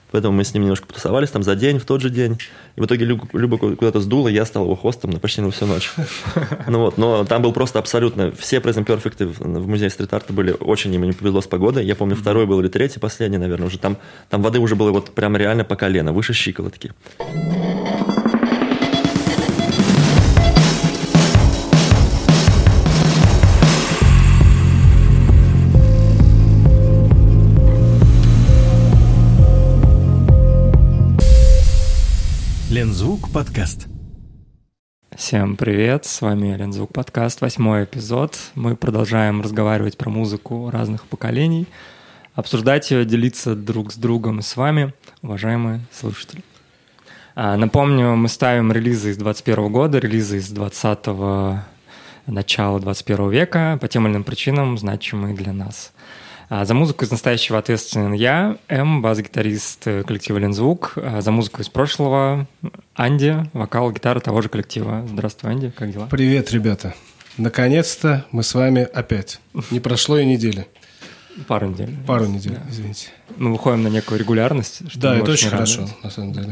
Поэтому мы с ним немножко потусовались там за день, в тот же день. И в итоге Люба куда-то сдула, я стал его хостом почти на всю ночь. Но там был просто абсолютно... Все Present Perfect в музее стрит-арта были очень, им не повезло с погодой. Я помню, второй был или третий, последний, наверное, уже там воды уже было вот прям реально по колено, выше щиколотки. Лензвук подкаст. Всем привет, с вами Лензвук подкаст, 8-й эпизод. Мы продолжаем разговаривать про музыку разных поколений, обсуждать ее, делиться друг с другом и с вами, уважаемые слушатели. Напомню, мы ставим релизы из 2021 года, релизы из 20-го, начала 21 века, по тем или иным причинам значимые для нас. За музыку из настоящего ответственен я, бас-гитарист коллектива Лензвук. За музыку из прошлого Анди, вокал, гитара того же коллектива. Здравствуй, Анди, как дела? Привет, ребята. Наконец-то мы с вами опять. Не прошло и недели. Пару недель. Пару недель, да. Извините. Мы выходим на некую регулярность. Что да, это очень хорошо, на самом деле.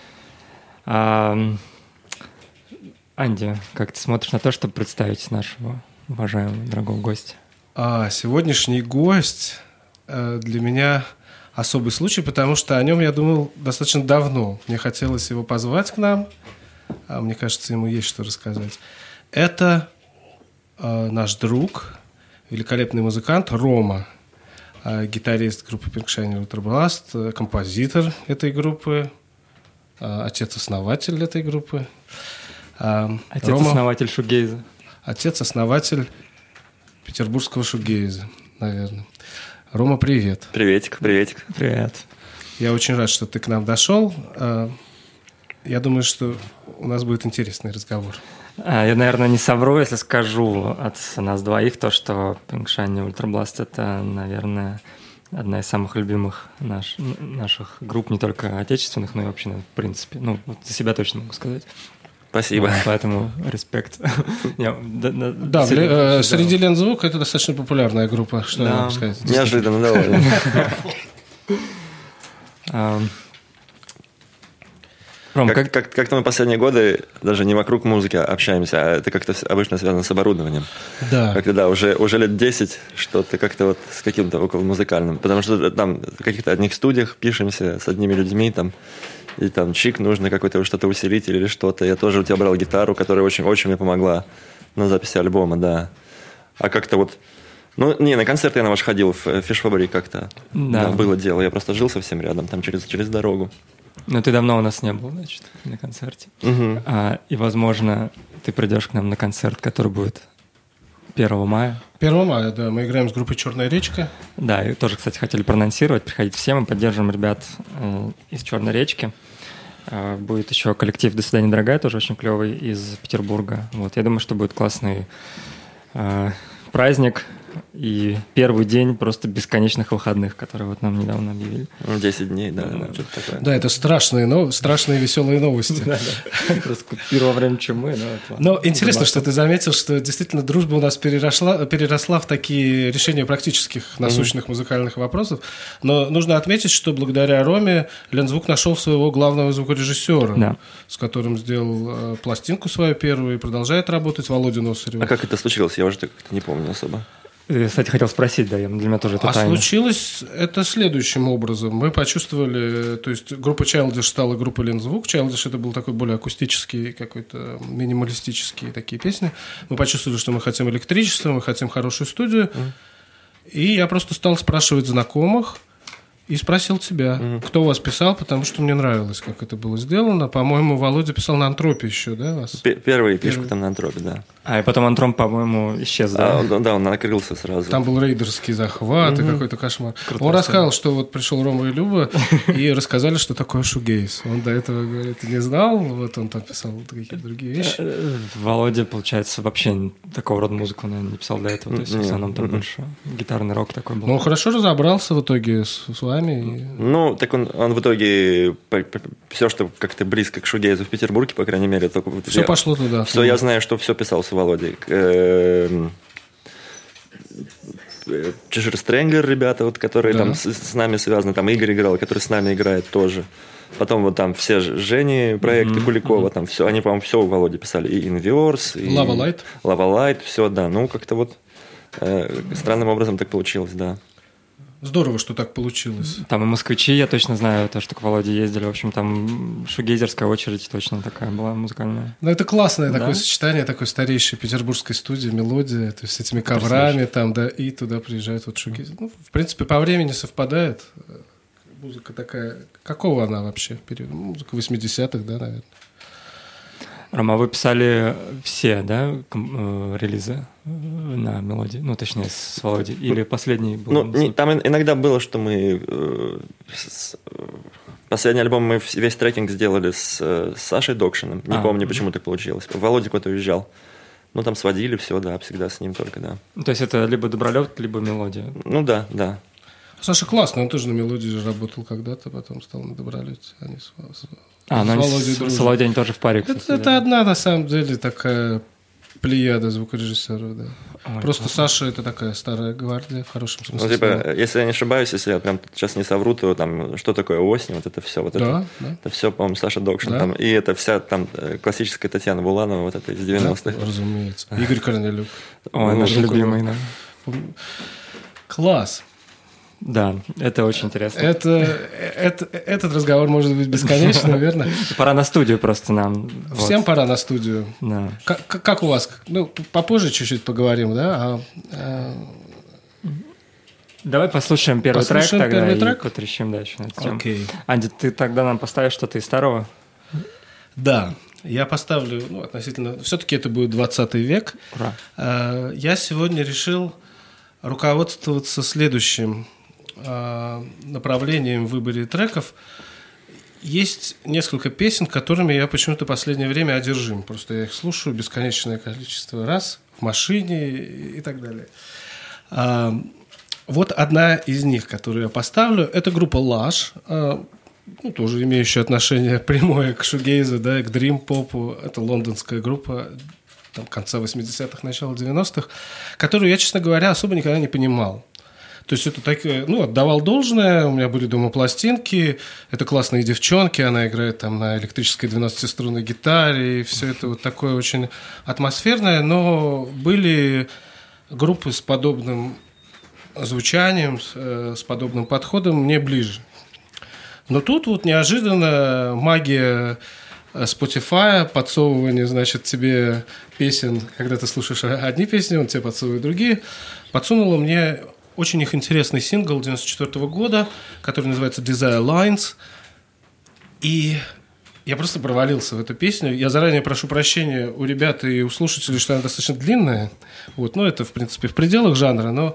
Анди, как ты смотришь на то, чтобы представить нашего уважаемого, дорогого гостя? Сегодняшний гость для меня особый случай, потому что о нем я думал достаточно давно. Мне хотелось его позвать к нам, мне кажется, ему есть что рассказать. Это наш друг, великолепный музыкант Рома, гитарист группы Pink Shiny Ultra Blast, композитор этой группы, отец-основатель этой группы. Отец-основатель шугейза. Отец-основатель петербургского шугейза, наверное. Рома, привет. Приветик. Привет. Я очень рад, что ты к нам дошел. Я думаю, что у нас будет интересный разговор. Я, наверное, не совру, если скажу от нас двоих то, что Pink Shiny Ultra Blast — это, наверное, одна из самых любимых наших групп, не только отечественных, но и вообще, в принципе. Вот за себя точно могу сказать. Спасибо. Поэтому респект. Да, среди Лензвук это достаточно популярная группа, что я могу сказать. Неожиданно довольно. Ром, как-то мы последние годы даже не вокруг музыки общаемся, а это как-то обычно связано с оборудованием. Да. Как-то, уже лет 10 что-то как-то вот с каким-то около музыкальным. Потому что там в каких-то одних студиях пишемся с одними людьми, там, и там чик, нужно какой-то что-то усилитель или что-то. Я тоже у тебя брал гитару, которая очень-очень мне помогла на записи альбома, да. А как-то вот... на концерты я на ваш ходил в Фиш-фабрик как-то. Да, было дело. Я просто жил совсем рядом, там через дорогу. Но ты давно у нас не был, значит, на концерте. Угу. И, возможно, ты придешь к нам на концерт, который будет 1 мая. 1 мая, да. Мы играем с группой «Черная речка». Да, и тоже, кстати, хотели проанонсировать. Приходите все, мы поддержим ребят из «Черной речки». Будет еще коллектив «До свидания, дорогая», тоже очень клевый, из Петербурга. Я думаю, что будет классный праздник и первый день просто бесконечных выходных, которые нам недавно объявили. 10 дней, да. Что-то такое. Да, это страшные веселые новости. Просто первое время чумы. Но интересно, что ты заметил, что действительно дружба у нас переросла в такие решения практических насущных музыкальных вопросов. Но нужно отметить, что благодаря Роме Лензвук нашел своего главного звукорежиссера, с которым сделал пластинку свою первую и продолжает работать, Володю Носарева. А как это случилось? Я уже как-то не помню особо. Кстати, хотел спросить, для меня тоже это тайна. Случилось это следующим образом. Мы почувствовали, то есть группа Childish стала группой Лензвук. Childish — это был такой более акустический, какой-то минималистические такие песни. Мы почувствовали, что мы хотим электричество, мы хотим хорошую студию. И я просто стал спрашивать знакомых и спросил тебя, кто вас писал, потому что мне нравилось, как это было сделано. По-моему, Володя писал на Антропе еще, да, вас? Первый пишку там на Антропе, да. И потом Антроп, по-моему, исчез, да? Да, он накрылся сразу. Там был рейдерский захват и какой-то кошмар. Он рассказал, что вот пришел Рома и Люба и рассказали, что такое шугейз. Он до этого, говорит, не знал, вот он там писал какие-то другие вещи. Володя, получается, вообще такого рода музыку, наверное, не писал до этого. То есть в основном там больше гитарный рок такой был. Но он хорошо разобрался в итоге с вами. Так он в итоге все, что как-то близко к шугейзу в Петербурге, по крайней мере, только все пошло туда. Все, я знаю, что все писал с Володей. Чешир Стрэнглер, ребята, вот, которые Да. там с нами связаны, там Игорь играл, который с нами играет тоже. Потом вот там все Жени проекты Куликова, там все, они, по-моему, все у Володи писали. И Inverse, и Lava Light. Lava Light, все, да. Ну, как-то вот странным образом так получилось, да. Здорово, что так получилось. Там и москвичи, я точно знаю, то, что к Володе ездили. В общем, там шугейзерская очередь точно такая была музыкальная. Ну, это классное Да? такое сочетание такой старейшей петербургской студии, мелодия, то есть с этими коврами там, да, и туда приезжают вот шугейзер. Ну, в принципе, по времени совпадает. Музыка такая... Какого она вообще? Музыка 80-х, да, наверное? Рома, вы писали все, да, релизы на мелодии? Ну, точнее, с Володей. Или последний был? Ну, там иногда было, что мы... Последний альбом мы весь трекинг сделали с Сашей Докшиным. Не помню, почему так получилось. Володя куда-то уезжал. Ну, там сводили все, да, всегда с ним только, да. То есть это либо Добролет, либо мелодия? Ну, да, да. Саша классный, он тоже на мелодии же работал когда-то, потом стал на Добролете. Они с Володей с дружат. Володей они тоже в паре, кстати. Это одна, на самом деле, такая плеяда звукорежиссеров, да. Ой, Просто классно. Саша — это такая старая гвардия, в хорошем смысле. Ну, типа, слова. если я не ошибаюсь, если я прям сейчас не совру, то там, что такое осень, вот это все, вот Да, это все, по-моему, Саша Докшин. Да. Там, и это вся там классическая Татьяна Буланова, вот это из 90-х. Да, разумеется. Игорь Корнелюк. Ой, Ну, наш Жукова. любимый, да. Класс. Да, это очень интересно. Этот разговор может быть бесконечным, верно? Пора на студию просто нам. Всем Вот. пора на студию. Да. Как у вас? Ну, попозже чуть-чуть поговорим, да? Давай послушаем первый Послушаем трек тогда первый и трек? потрещим дальше на эту тему. Окей. Анди, ты тогда нам поставишь что-то из старого? Да, я поставлю, относительно... Все-таки это будет 20 век. Ура. Я сегодня решил руководствоваться следующим направлением в выборе треков. Есть несколько песен, которыми я почему-то в последнее время одержим. Просто я их слушаю бесконечное количество раз в машине и так далее. Вот одна из них, которую я поставлю, это группа Lush, тоже имеющая отношение прямое к шугейзу, да, к дрим-попу. Это лондонская группа там, конца 80-х, начала 90-х, которую я, честно говоря, особо никогда не понимал. То есть это так, отдавал должное, у меня были дома пластинки, это классные девчонки, она играет там на электрической 12-струнной гитаре, и все это вот такое очень атмосферное, но были группы с подобным звучанием, с подобным подходом мне ближе. Но тут вот неожиданно магия Spotify, подсовывание, значит, тебе песен, когда ты слушаешь одни песни, он тебе подсовывает другие, подсунула мне очень их интересный сингл 94 года, который называется Desire Lines. И я просто провалился в эту песню. Я заранее прошу прощения у ребят и у слушателей, что она достаточно длинная. Вот. Это, в принципе, в пределах жанра. Но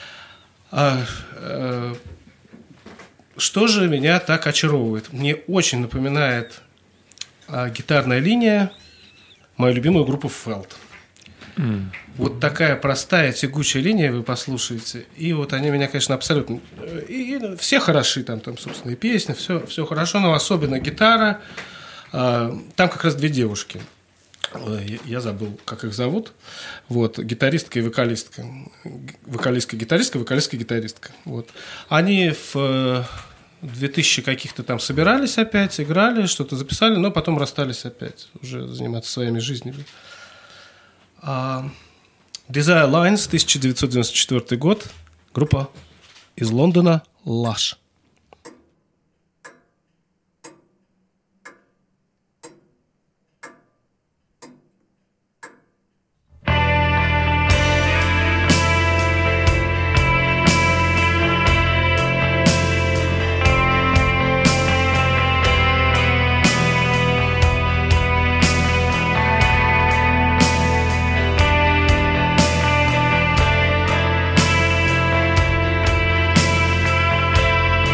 что же меня так очаровывает? Мне очень напоминает гитарная линия мою любимую группу Felt. Вот такая простая тягучая линия, вы послушаете. И вот они меня, конечно, абсолютно... И все хороши, там, собственно, и песни, все хорошо, но особенно гитара. Там как раз две девушки. Я забыл, как их зовут. Вот, гитаристка и вокалистка. Вокалистка-гитаристка, вокалистка-гитаристка. Вот. Они в 2000 каких-то там собирались опять, играли, что-то записали, но потом расстались опять, уже заниматься своими жизнями. Desire Lines, 1994 год. Группа из Лондона Lush. Desire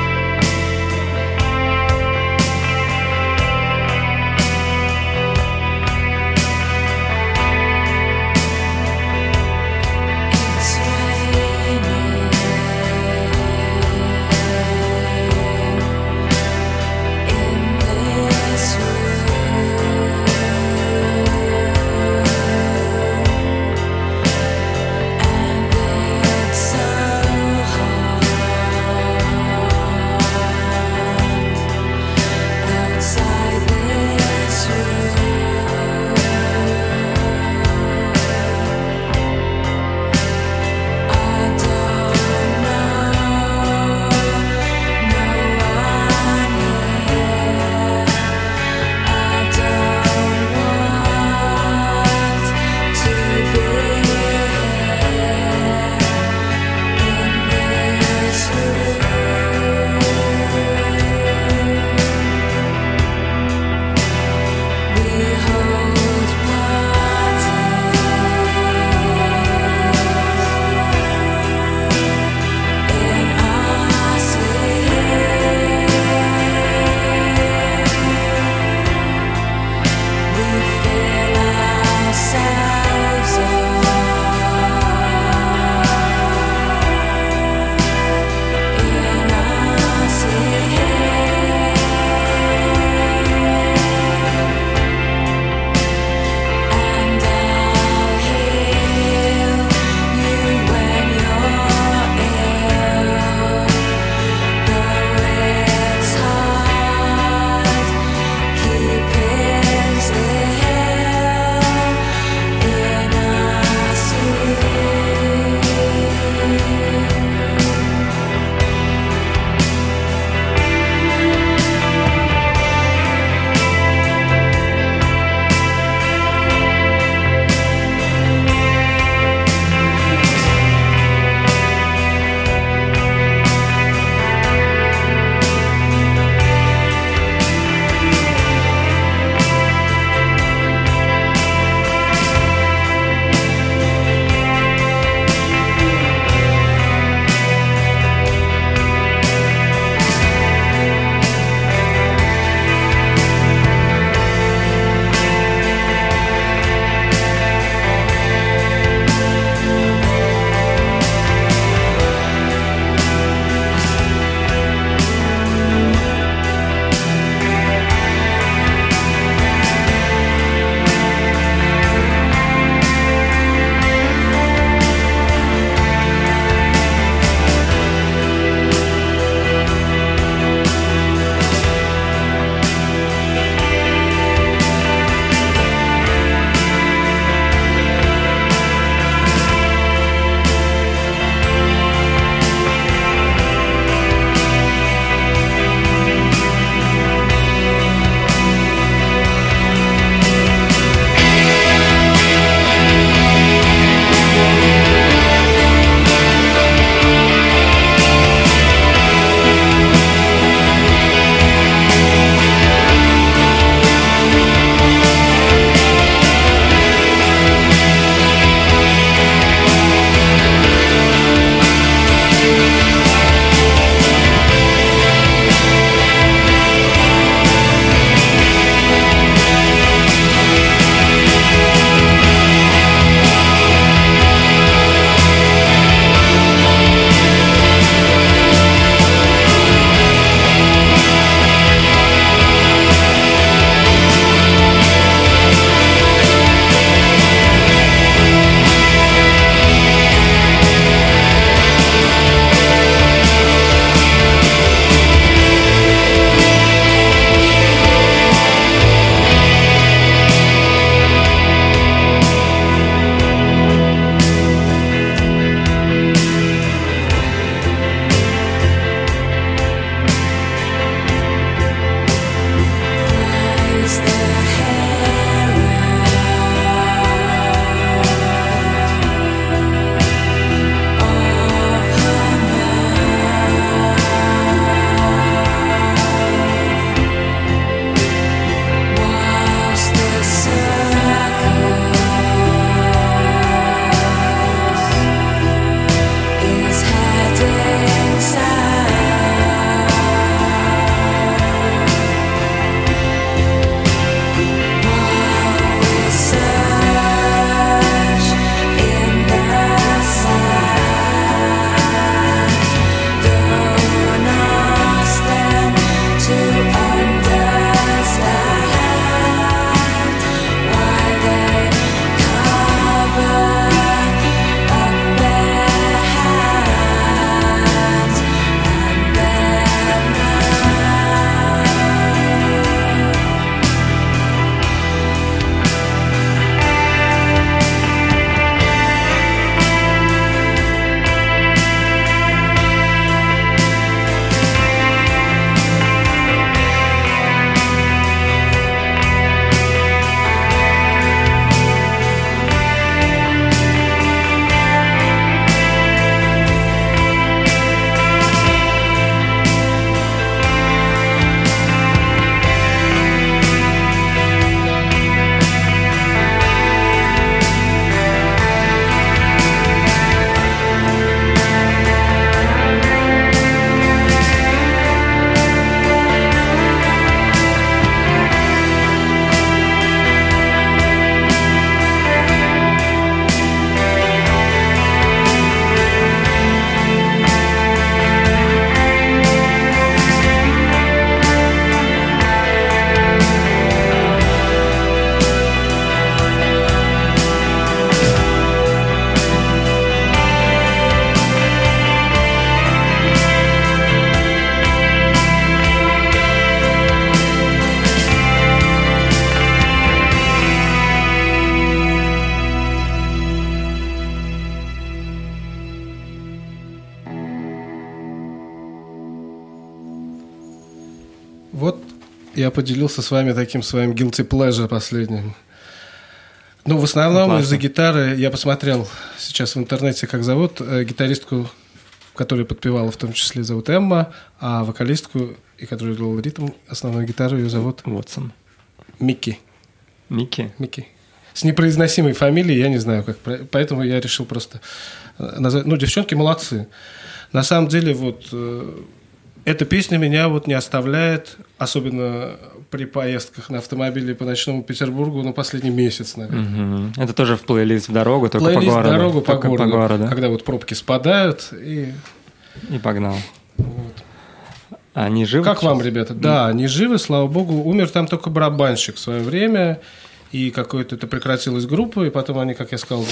Вот я поделился с вами таким своим guilty pleasure последним. Ну, в основном из-за гитары я посмотрел сейчас в интернете, как зовут гитаристку, которая подпевала, в том числе зовут Эмма, а вокалистку, и которая играла ритм, основную гитару, ее зовут Уотсон. Микки. Микки? Микки. С непроизносимой фамилией, я не знаю как, поэтому я решил просто назвать. Ну, девчонки молодцы. На самом деле, вот эта песня меня вот не оставляет, особенно при поездках на автомобиле по ночному Петербургу, на последний месяц, наверное. Угу. Это тоже в плейлист в дорогу, только плейлист по городу. В дорогу по городу, по городу, когда вот пробки спадают и погнал. Вот. Они живы? Как вам, ребята? Да, они живы, слава богу. Умер там только барабанщик в свое время, и какое-то это прекратилась группа, и потом они, как я сказал, в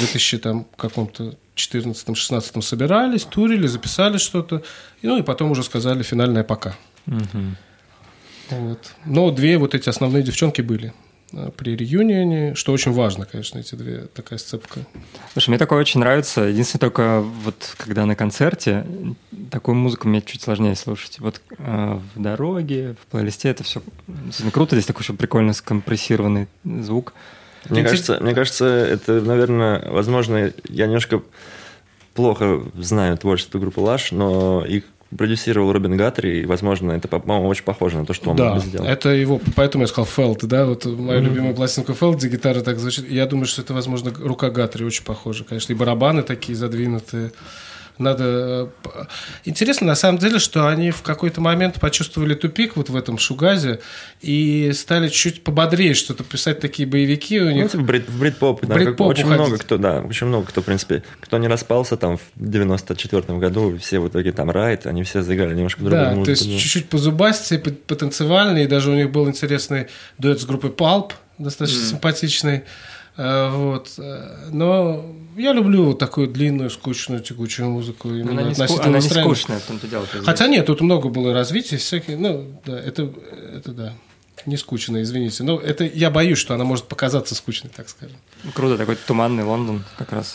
2014-16 собирались, турили, записали что-то, и потом уже сказали финальное «пока». Угу. Вот. Но две вот эти основные девчонки были при реюнионе, что очень важно, конечно, эти две, такая сцепка. Слушай, мне такое очень нравится. Единственное, только вот когда на концерте, такую музыку мне чуть сложнее слушать. Вот в дороге, в плейлисте это все круто. Здесь такой еще прикольно скомпрессированный звук. Мне кажется, это, наверное, возможно, я немножко плохо знаю творчество группы Lush, но их продюсировал Робин Гаттери, и, возможно, это, по-моему, очень похоже на то, что он мог бы сделать. Да, это его, поэтому я сказал Фелд, да, вот моя любимая пластинка Фелд, где гитара так звучит. Я думаю, что это, возможно, рука Гаттери, очень похожа, конечно, и барабаны такие задвинутые. Надо... Интересно, на самом деле, что они в какой-то момент почувствовали тупик вот в этом шугазе и стали чуть пободрее что-то писать, такие боевики у них. В брит-поп, да, очень много кто, в принципе, кто не распался там в 94-м году, все в итоге там Райт, они все заиграли немножко другую музыку. Да, то есть чуть-чуть позубастые, потанцевальные, и даже у них был интересный дуэт с группой Pulp, достаточно симпатичный. Вот. Но я люблю такую длинную, скучную, тягучую музыку. Она не скучная, в том-то дело. Хотя нет, тут много было развития всяких. Ну, да, это да, не скучно, извините. Но это я боюсь, что она может показаться скучной, так скажем. Круто, такой туманный Лондон как раз.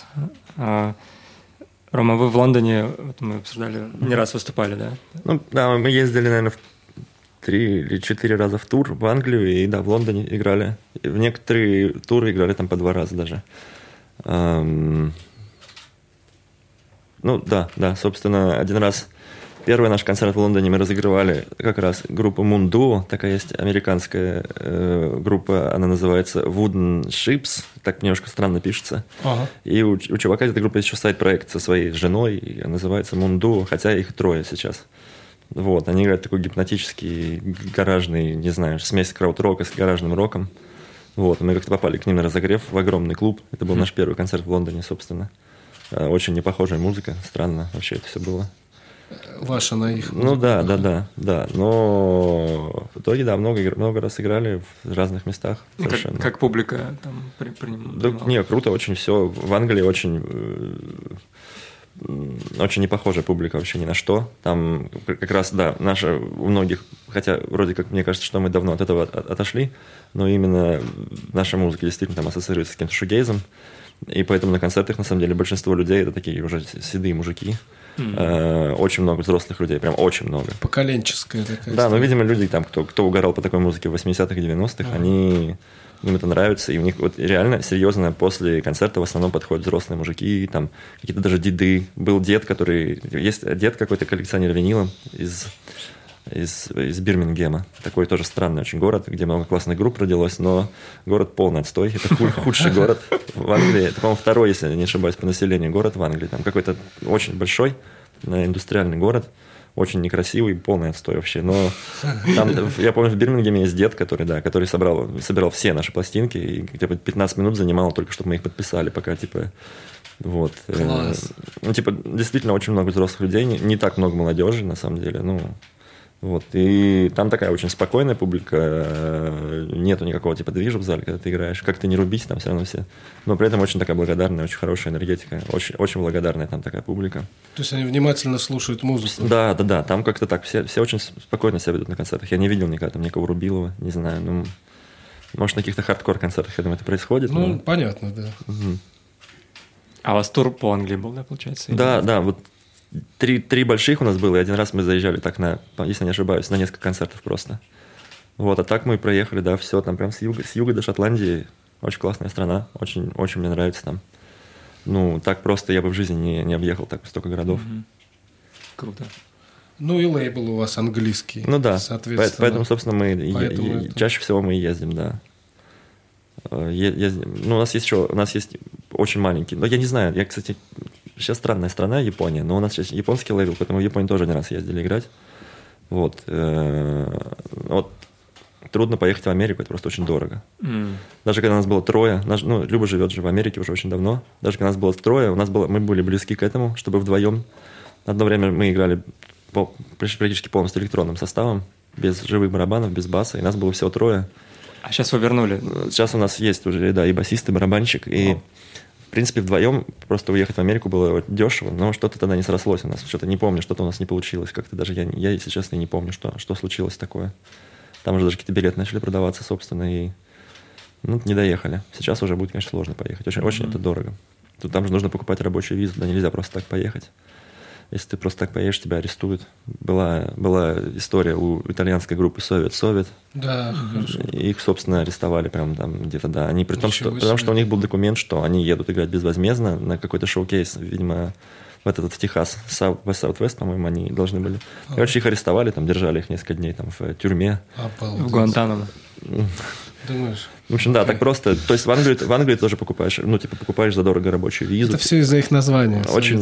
Рома, вы в Лондоне, вот мы обсуждали, не раз выступали, да? Ну, да, мы ездили, наверное, 3 или 4 раза в тур в Англию, и да, в Лондоне играли. И в некоторые туры играли там по 2 раза даже. Ну, да, собственно, один раз, первый наш концерт в Лондоне мы разыгрывали как раз группу Moon Duo, такая есть американская группа, она называется Wooden Ships, так немножко странно пишется. Ага. И у чувака из этой группы есть еще сайт-проект со своей женой, и называется Moon Duo, хотя их 3 сейчас. Вот, они играют такой гипнотический, гаражный, не знаю, смесь крауд-рока с гаражным роком. Вот, мы как-то попали к ним на разогрев в огромный клуб. Это был наш первый концерт в Лондоне, собственно. Очень непохожая музыка, странно вообще это все было. Ваша на их. Ну да. Но в итоге, да, много раз играли в разных местах. Совершенно. Как публика там принимала? Да, не, круто очень все. В Англии очень непохожая публика вообще ни на что. Там как раз, да, наша у многих, хотя вроде как мне кажется, что мы давно от этого отошли, но именно наша музыка действительно там ассоциируется с каким-то шугейзом, и поэтому на концертах, на самом деле, большинство людей это такие уже седые мужики. Очень много взрослых людей, прям очень много. Поколенческая такая. Да, но, видимо, люди, там, кто угорал по такой музыке в 80-х и 90-х, им это нравится, и у них вот реально серьезно после концерта в основном подходят взрослые мужики, там какие-то даже деды. Был дед, есть дед какой-то коллекционер винила из Бирмингема. Такой тоже странный очень город, где много классных групп родилось, но город полный отстой. Это худший город в Англии. Это, по-моему, второй, если не ошибаюсь, по населению город в Англии. Там какой-то очень большой индустриальный город. Очень некрасивый, полный отстой вообще. Но там, я помню, в Бирмингеме есть дед, который собирал все наши пластинки, и где-то 15 минут занимало только, чтобы мы их подписали, пока, вот. Класс. Действительно, очень много взрослых людей, не так много молодежи, на самом деле, вот. И там такая очень спокойная публика, нету никакого движа в зале, когда ты играешь. Как ты не рубись, там все равно все. Но при этом очень такая благодарная, очень хорошая энергетика. Очень, очень благодарная там такая публика. То есть они внимательно слушают музыку? Да. Там как-то так. Все очень спокойно себя ведут на концертах. Я не видел никогда там никого Рубилова, не знаю. Может, на каких-то хардкор-концертах, я думаю, это происходит. Понятно, да. Угу. А у вас тур по Англии был, да, получается? Да, вот. 3 больших у нас было, и один раз мы заезжали так если не ошибаюсь, на несколько концертов просто. Вот, а так мы проехали, да, все, там прям с юга до Шотландии. Очень классная страна, очень, очень мне нравится там. Ну, так просто я бы в жизни не объехал так столько городов. Круто. Ну, и лейбл у вас английский. Ну да, соответственно. поэтому, собственно, чаще всего мы ездим, да. Ну, у нас есть очень маленький, но я не знаю, кстати, сейчас странная страна, Япония, но у нас сейчас японский лейбл, поэтому в Японию тоже один раз ездили играть. Вот. Вот. Трудно поехать в Америку, это просто очень дорого. Даже когда нас было трое, Люба живет же в Америке уже очень давно, даже когда нас было трое, мы были близки к этому, чтобы вдвоем. Одно время мы играли практически полностью электронным составом, без живых барабанов, без баса, и нас было всего трое. А сейчас вы вернули? Сейчас у нас есть уже, да, и басист, и барабанщик, и в принципе вдвоем просто уехать в Америку было дешево, но что-то тогда не срослось у нас, что-то не помню, что-то у нас не получилось, как-то даже я если честно, не помню, что случилось такое. Там уже даже какие-то билеты начали продаваться, собственно, и не доехали. Сейчас уже будет, конечно, сложно поехать. Очень это дорого. Там же нужно покупать рабочую визу, да нельзя просто так поехать. Если ты просто так поедешь, тебя арестуют. Была история у итальянской группы Совет. Да, хорошо. Их, собственно, арестовали прямо там где-то, да. Они потому что у них был документ, что они едут играть безвозмездно на какой-то шоу-кейс, видимо, в Техас, в Southwest, по-моему, они должны были. Короче, их арестовали, там держали их несколько дней там в тюрьме. В Гуантанамо. Думаешь? В общем, да, так просто. То есть в Англии тоже покупаешь, покупаешь задорого рабочую визу. Это все из-за их названия. Очень.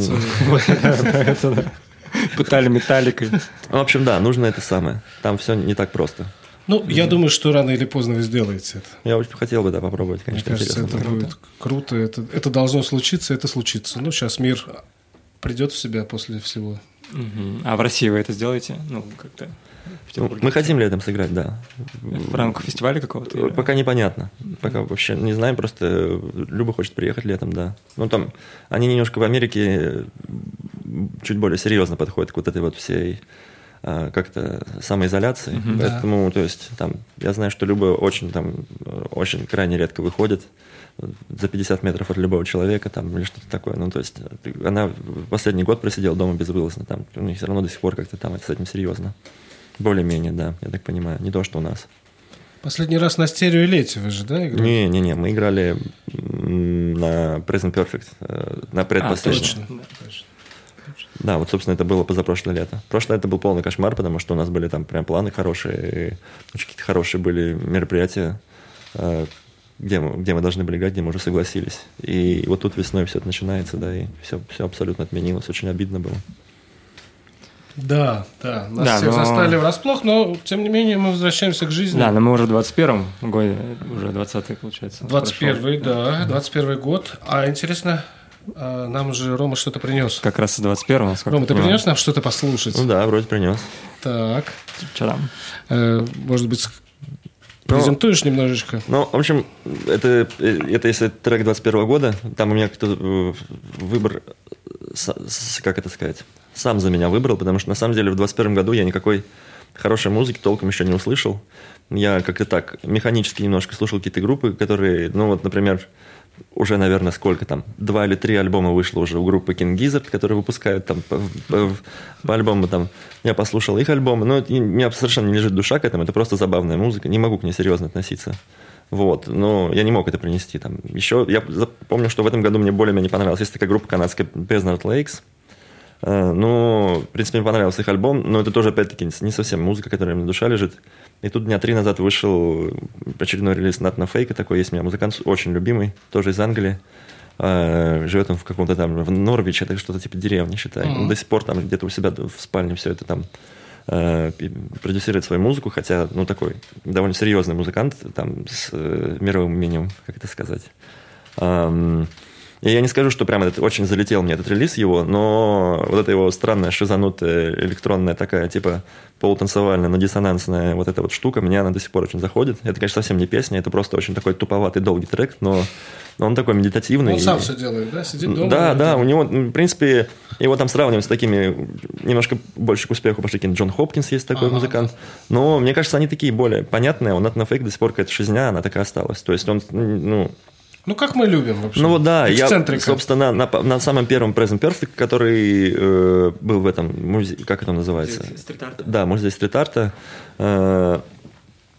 Пытали металликой. В общем, да, нужно это самое. Там все не так просто. Я думаю, что рано или поздно вы сделаете это. Я очень хотел бы, да, попробовать, конечно. Мне кажется, это будет круто. Это должно случиться, это случится. Сейчас мир придет в себя после всего. А в России вы это сделаете? Как-то... Мы хотим летом сыграть, да. В рамках фестиваля какого-то? Пока непонятно. Пока вообще не знаем, просто Люба хочет приехать летом, да. Там они немножко в Америке чуть более серьезно подходят к вот этой вот всей как-то самоизоляции. Поэтому, то есть, там, я знаю, что Люба очень крайне редко выходит за 50 метров от любого человека там, или что-то такое. То есть, она последний год просидела дома безвылазно. Там, у них все равно до сих пор как-то там это с этим серьезно. Более-менее, да, я так понимаю. Не то, что у нас. Последний раз на стереолете вы же, да, играли? Не, мы играли на Present Perfect, на предпоследнем. Точно. Да, вот, собственно, это было позапрошлое лето. Прошлое лето был полный кошмар, потому что у нас были там прям планы хорошие, очень какие-то хорошие были мероприятия, где мы должны были играть, где мы уже согласились. И вот тут весной все это начинается, да, и все абсолютно отменилось. Очень обидно было. Да, нас всех застали врасплох, но, тем не менее, мы возвращаемся к жизни. Да, но мы уже в 21-м годе, уже 20-й, получается. 21-й, да, 21-й год. А интересно, нам же Рома что-то принес. Как раз с 21-го. Рома, ты принес нам что-то послушать? Да, вроде принес. Так. Что там? Может быть, презентуешь немножечко? В общем, это если трек 21-го года, там у меня кто-то выбор, как это сказать, сам за меня выбрал, потому что на самом деле в 21 году я никакой хорошей музыки толком еще не услышал. Я как-то так механически немножко слушал какие-то группы, которые, например, уже, наверное, сколько там, 2 или 3 альбома вышло уже у группы King Gizzard, которые выпускают там по альбому там. Я послушал их альбомы, но у меня совершенно не лежит душа к этому, это просто забавная музыка, не могу к ней серьезно относиться. Вот, но я не мог это принести. Там. Еще я помню, что в этом году мне более-менее понравилась. Есть такая группа канадская Peasant Lakes. В принципе, мне понравился их альбом, но это тоже, опять-таки, не совсем музыка, которая мне на душе лежит. И тут дня 3 назад вышел очередной релиз Not No Fake. Такой есть у меня музыкант, очень любимый, тоже из Англии. Живет он в каком-то там, в Норвиче, это что-то типа деревни, считай. Он до сих пор там где-то у себя в спальне все это там продюсирует свою музыку, хотя, такой довольно серьезный музыкант, там, с мировым именем, как это сказать. И я не скажу, что прямо очень залетел мне этот релиз его, но вот эта его странная, шизанутая, электронная такая, типа полутанцевальная, но диссонансная вот эта вот штука, мне она до сих пор очень заходит. Это, конечно, совсем не песня, это просто очень такой туповатый, долгий трек, но он такой медитативный. Он сам все делает, да? Сидит дома? Да, у него, в принципе, его там сравниваем с такими, немножко больше к успеху пошли, Джон Хопкинс есть такой музыкант, но мне кажется, они такие более понятные, у Not No Fake до сих пор какая-то шизня, она такая осталась. То есть он, как мы любим вообще. Да, я, собственно, на самом первом Present Perfect, который был в этом музее, как это называется? Стрит-арта. Да, музей стрит-арта.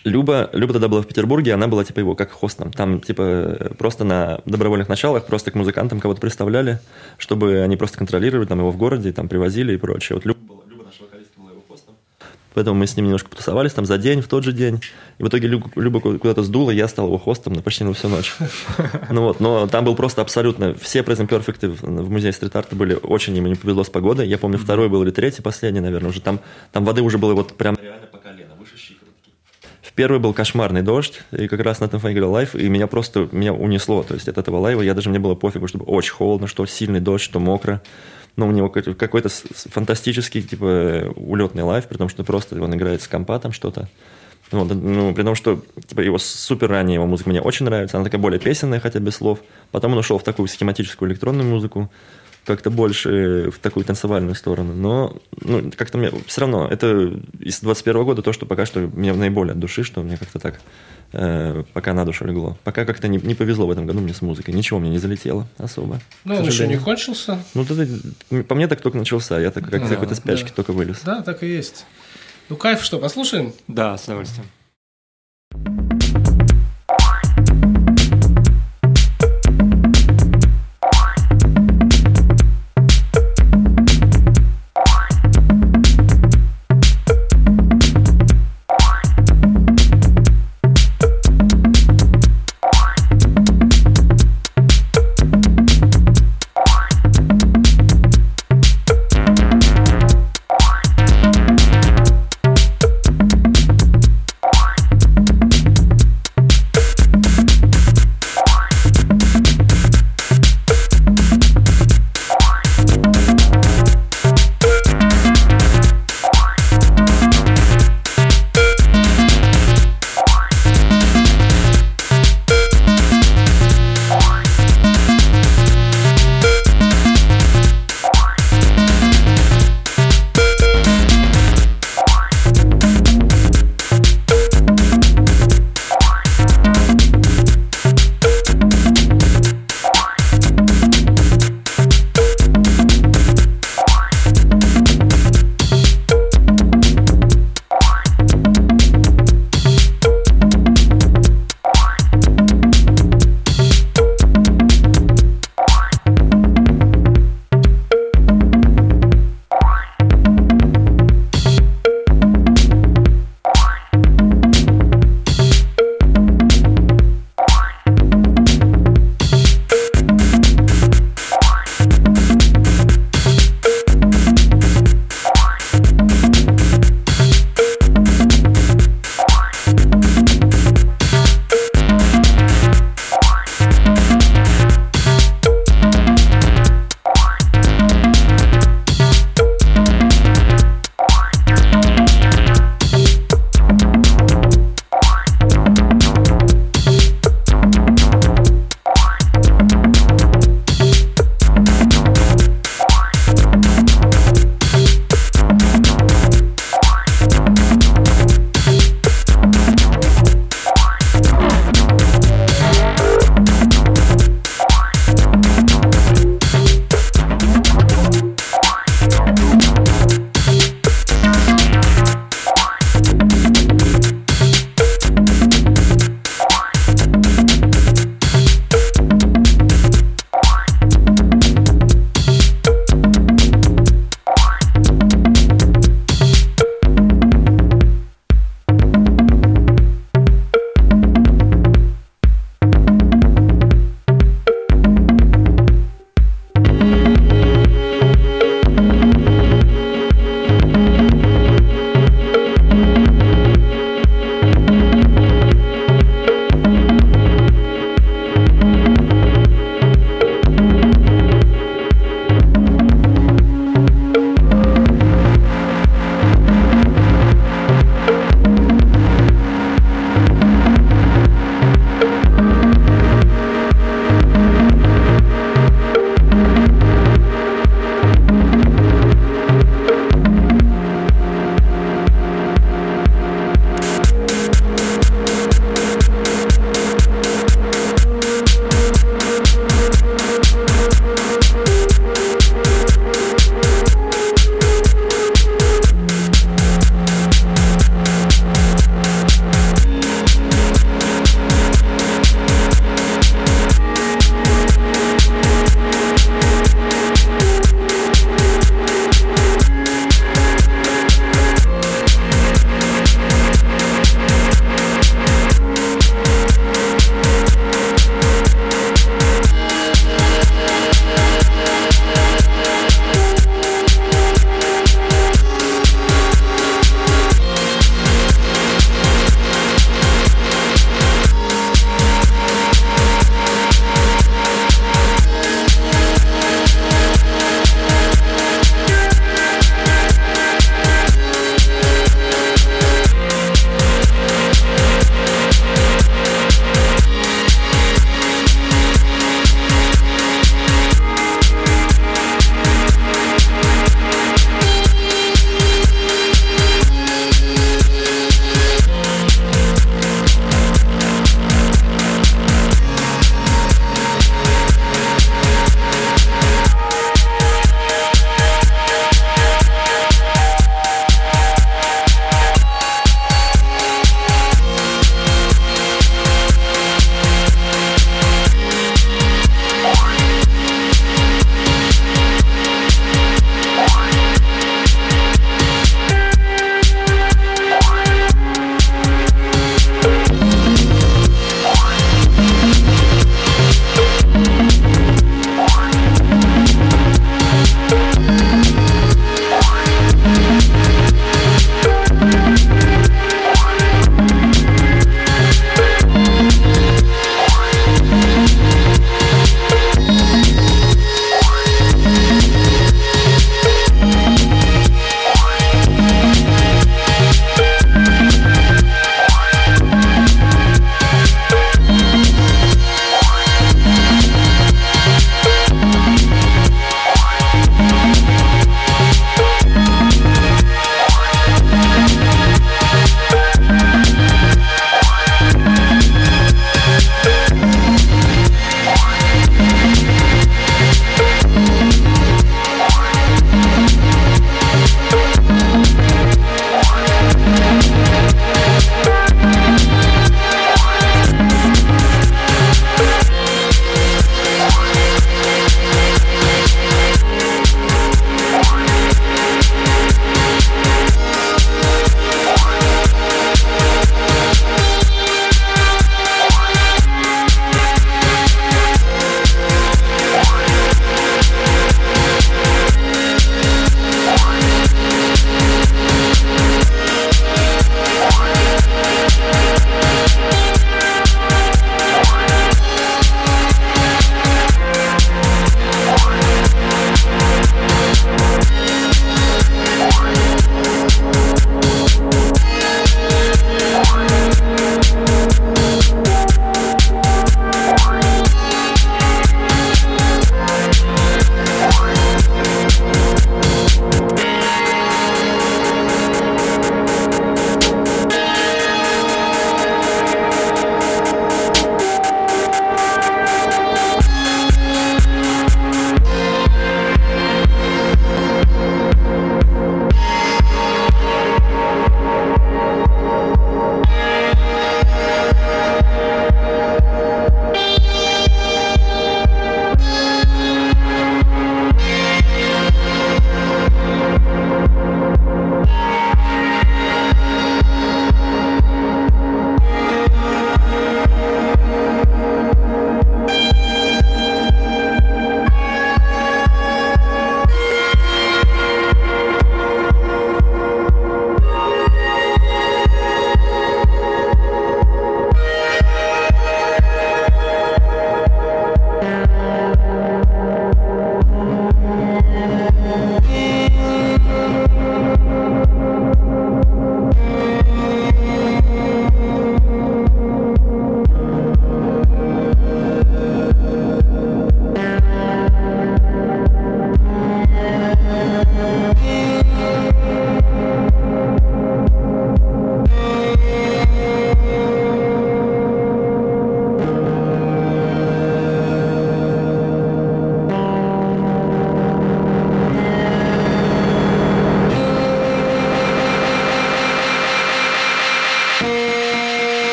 Люба тогда была в Петербурге, она была, типа, его как хостом. Там, типа, просто на добровольных началах просто к музыкантам кого-то представляли, чтобы они просто контролировали там его в городе, там привозили и прочее. Вот Люба наша вокалистка, была его хостом. Поэтому мы с ним немножко потусовались там за день, в тот же день. И в итоге Люба куда-то сдула, я стал его хостом почти на всю ночь. Но там был просто абсолютно... Все Present Perfect в музее стрит-арта были очень, ему не повезло с погодой. Я помню, второй был или третий, последний, наверное, уже там воды уже было вот прям реально по колено, выше щиколотки. В первый был кошмарный дождь, и как раз на этом фоне играл лайв, и меня унесло. То есть от этого лайва мне было пофигу, что очень холодно, что сильный дождь, что мокро. Но у него какой-то фантастический, типа, улетный лайв, при том, что просто он играет с компа там что-то. Вот, при том, что типа, его супер ранняя его музыка мне очень нравится. Она такая более песенная, хотя без слов. Потом он ушел в такую схематическую электронную музыку, как-то больше в такую танцевальную сторону. Но как-то мне все равно, это из 21 года то, что пока что мне наиболее от души, что мне как-то так пока на душу легло. Пока как-то не повезло в этом году мне с музыкой. Ничего мне не залетело особо. Ну, он еще не кончился. По мне так только начался. Я так как из какой-то спячки только вылез. Да, так и есть. Ну, кайф, что, послушаем? Да, с удовольствием.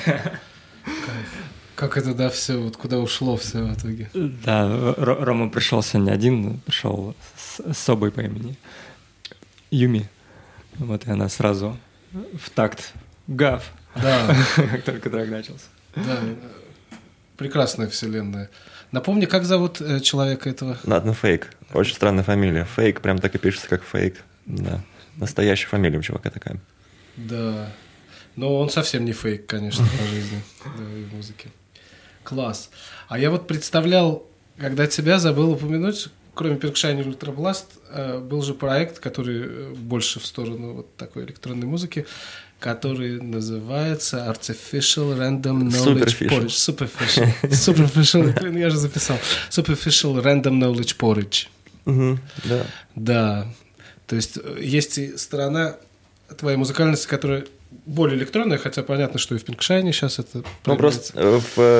Как это, да, все, вот куда ушло все в итоге. Да, Рома пришел сегодня один, пришел с собой по имени Юми. Вот и она сразу в такт гав. Да. Как только трек начался. Да, прекрасная вселенная. Напомни, как зовут человека этого? Ладно, Фейк. Очень странная фамилия. Фейк прям так и пишется, как Фейк. Да. Настоящая фамилия у чувака такая. Да. Но он совсем не фейк, конечно, по жизни. Да, и в музыке. Класс. А я вот представлял, когда тебя забыл упомянуть, кроме Percussion Ultra Blast, был же проект, который больше в сторону вот такой электронной музыки, который называется Artificial Random Knowledge Porridge. Superficial, я же записал. Superficial Random Knowledge Porridge. Да. Да. То есть есть и сторона твоей музыкальности, которая более электронная, хотя понятно, что и в Пинкшайне сейчас это... Ну, просто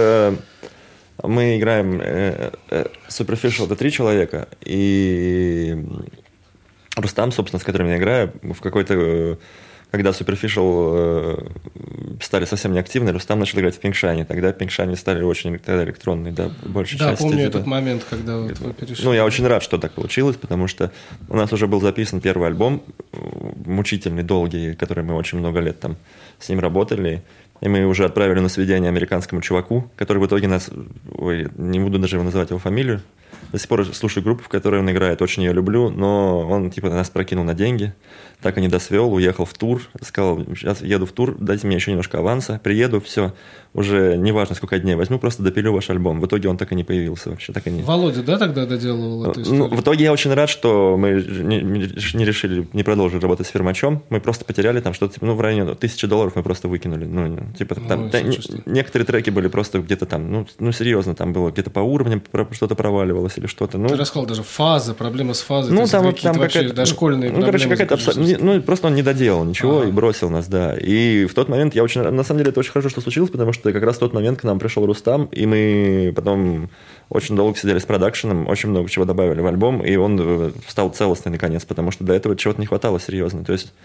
мы играем Superficial, это 3 человека, и Рустам, собственно, с которым я играю, в какой-то... Когда Superficial стали совсем неактивны, Рустам начал играть в Пинкшайне. Тогда Пинкшайне стали очень электронные, да, большей части. Да, помню этот момент, когда вот вы перешли. Ну, я очень рад, что так получилось, потому что у нас уже был записан первый альбом, мучительный, долгий, который мы очень много лет там с ним работали. И мы уже отправили на свидание американскому чуваку, который в итоге нас... Ой, не буду даже называть его фамилию. До сих пор слушаю группу, в которой он играет, очень ее люблю, но он типа нас прокинул на деньги, так и не досвел, уехал в тур, сказал, сейчас еду в тур, дайте мне еще немножко аванса, приеду, все, уже неважно сколько дней возьму, просто допилю ваш альбом. В итоге он так и не появился вообще, так и не... Володя, да, тогда доделывал эту историю? Ну, в итоге я очень рад, что мы не решили, не продолжили работать с Фермачом, мы просто потеряли там что-то, типа, ну, в районе $1000 мы просто выкинули, ну, типа, там, некоторые треки были просто где-то там, ну, серьезно, там было где-то по уровням что-то проваливалось или что-то. Ну, ты рассказал даже фаза, проблема с фазой, ну, там вообще дошкольные проблемы. Короче, какая-то ну, просто он не доделал ничего и бросил нас, да. И в тот момент я очень... На самом деле это очень хорошо, что случилось, потому что как раз в тот момент к нам пришел Рустам, и мы потом очень долго сидели с продакшеном, очень много чего добавили в альбом, и он стал целостный наконец, потому что до этого чего-то не хватало серьезно. То есть...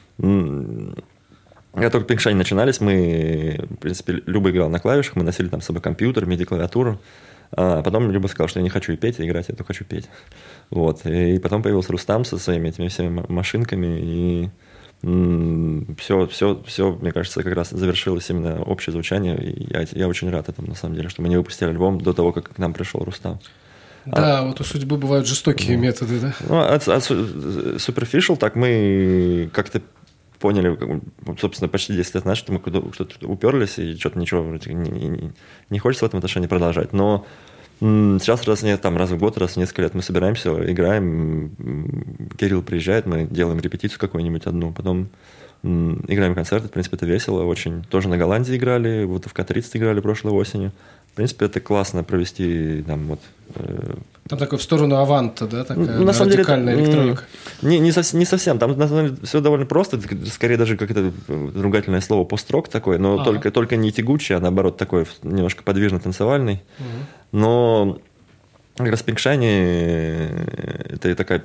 Когда только Пинкшайн начинались, мы, в принципе, Люба играл на клавишах, мы носили там с собой компьютер, MIDI-клавиатуру. А потом Люба сказал, что я не хочу и петь, и играть, я только хочу петь. Вот. И потом появился Рустам со своими этими всеми машинками, и все, мне кажется, как раз завершилось именно общее звучание. И я очень рад этому, на самом деле, что мы не выпустили альбом до того, как к нам пришел Рустам. Да, вот у судьбы бывают жестокие методы, да? Ну, от Superficial так мы как-то поняли, собственно, почти 10 лет назад, что мы что-то уперлись, и что-то ничего не хочется в этом отношении продолжать. Но сейчас раз в год, раз в несколько лет мы собираемся, играем, Кирилл приезжает, мы делаем репетицию какую-нибудь одну, потом играем концерты, в принципе, это весело очень. Тоже на Голландии играли, вот в Катрице играли прошлой осенью. В принципе, это классно провести там вот... Там такой в сторону аванта, да, такая на самом радикальная деле, электроника. Не совсем. Там на самом деле все довольно просто. Скорее даже как это ругательное слово пост-рок такое, но только не тягучий, а наоборот такой немножко подвижно-танцевальный. Но как раз в Пинкшайне это такая...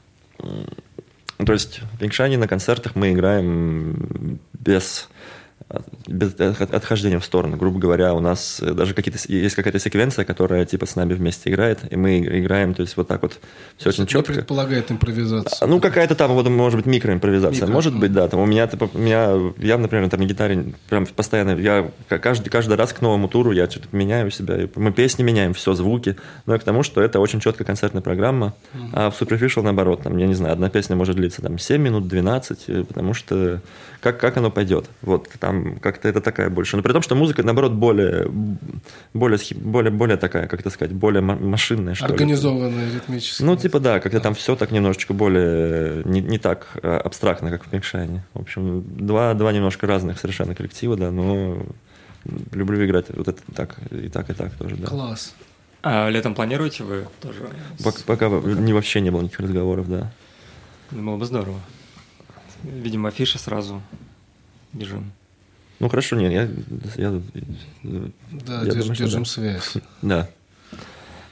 То есть в Пинкшайне на концертах мы играем без отхождения в сторону. Грубо говоря, у нас даже есть какая-то секвенция, которая типа с нами вместе играет, и мы играем, то есть вот так вот все очень четко. Не предполагает импровизацию. Ну, какая-то там, вот, может быть, микроимпровизация. Может быть, да. Там у меня, я, например, там на гитаре прям постоянно, я каждый раз к новому туру я что-то меняю себя. Мы песни меняем, все, звуки. Но и к тому, что это очень четкая концертная программа, а в Superficial, наоборот, там, я не знаю, одна песня может длиться там 7 минут, 12, потому что как оно пойдет. Вот, там как-то это такая больше. Но при том, что музыка, наоборот, более такая, как это сказать, более машинная, что ли. Организованная, ритмически. Ну, типа, да, как-то там все так немножечко более, не так абстрактно, как в Пинкшайне. В общем, два немножко разных совершенно коллектива, да, но люблю играть вот это так, и так тоже, да. Класс. А летом планируете вы тоже? Пока вообще не было никаких разговоров, да. Было бы здорово. Видимо, афиша сразу бежим. Ну, хорошо, нет, я держим связь. Да.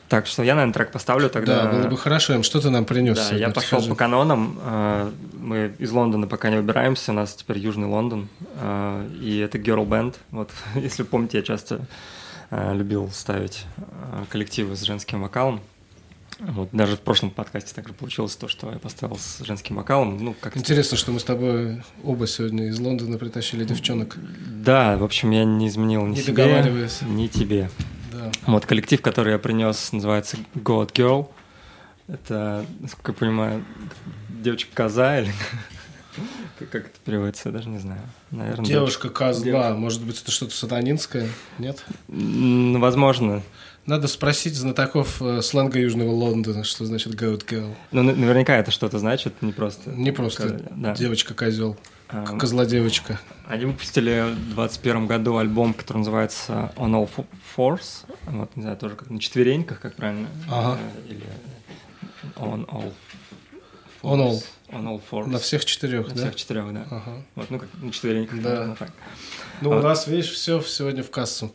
Так что я, наверное, трек поставлю тогда. Да, было бы хорошо. Что ты нам принес? Да, я пошел по канонам. Мы из Лондона пока не выбираемся, у нас теперь Южный Лондон. И это Girl Band. Вот, если помните, я часто любил ставить коллективы с женским вокалом. Вот, даже в прошлом подкасте также получилось то, что я поставил с женским вокалом. Ну, как интересно, что мы с тобой оба сегодня из Лондона притащили девчонок. Да, в общем, я не изменил ни себе, ни тебе. Да. Вот коллектив, который я принес, называется God Girl. Это, насколько я понимаю, девочка-коза или как это переводится, я даже не знаю. Наверное, девушка-козла. Может быть, это что-то сатанинское? Нет? Возможно. Надо спросить знатоков сленга Южного Лондона, что значит God Girl. Ну, наверняка это что-то значит, не просто... Не просто да. Девочка-козел. Козла-девочка. Они выпустили в 2021 году альбом, который называется On All Fours. Вот, не знаю, тоже как на четвереньках, как правильно. Ага. Или On All Fours. On All Fours. На всех четырех, да? На всех четырех, да. Ага. Вот, ну, как на четвереньках. Да. Наверное, так. Ну, у нас, видишь, все сегодня в кассу.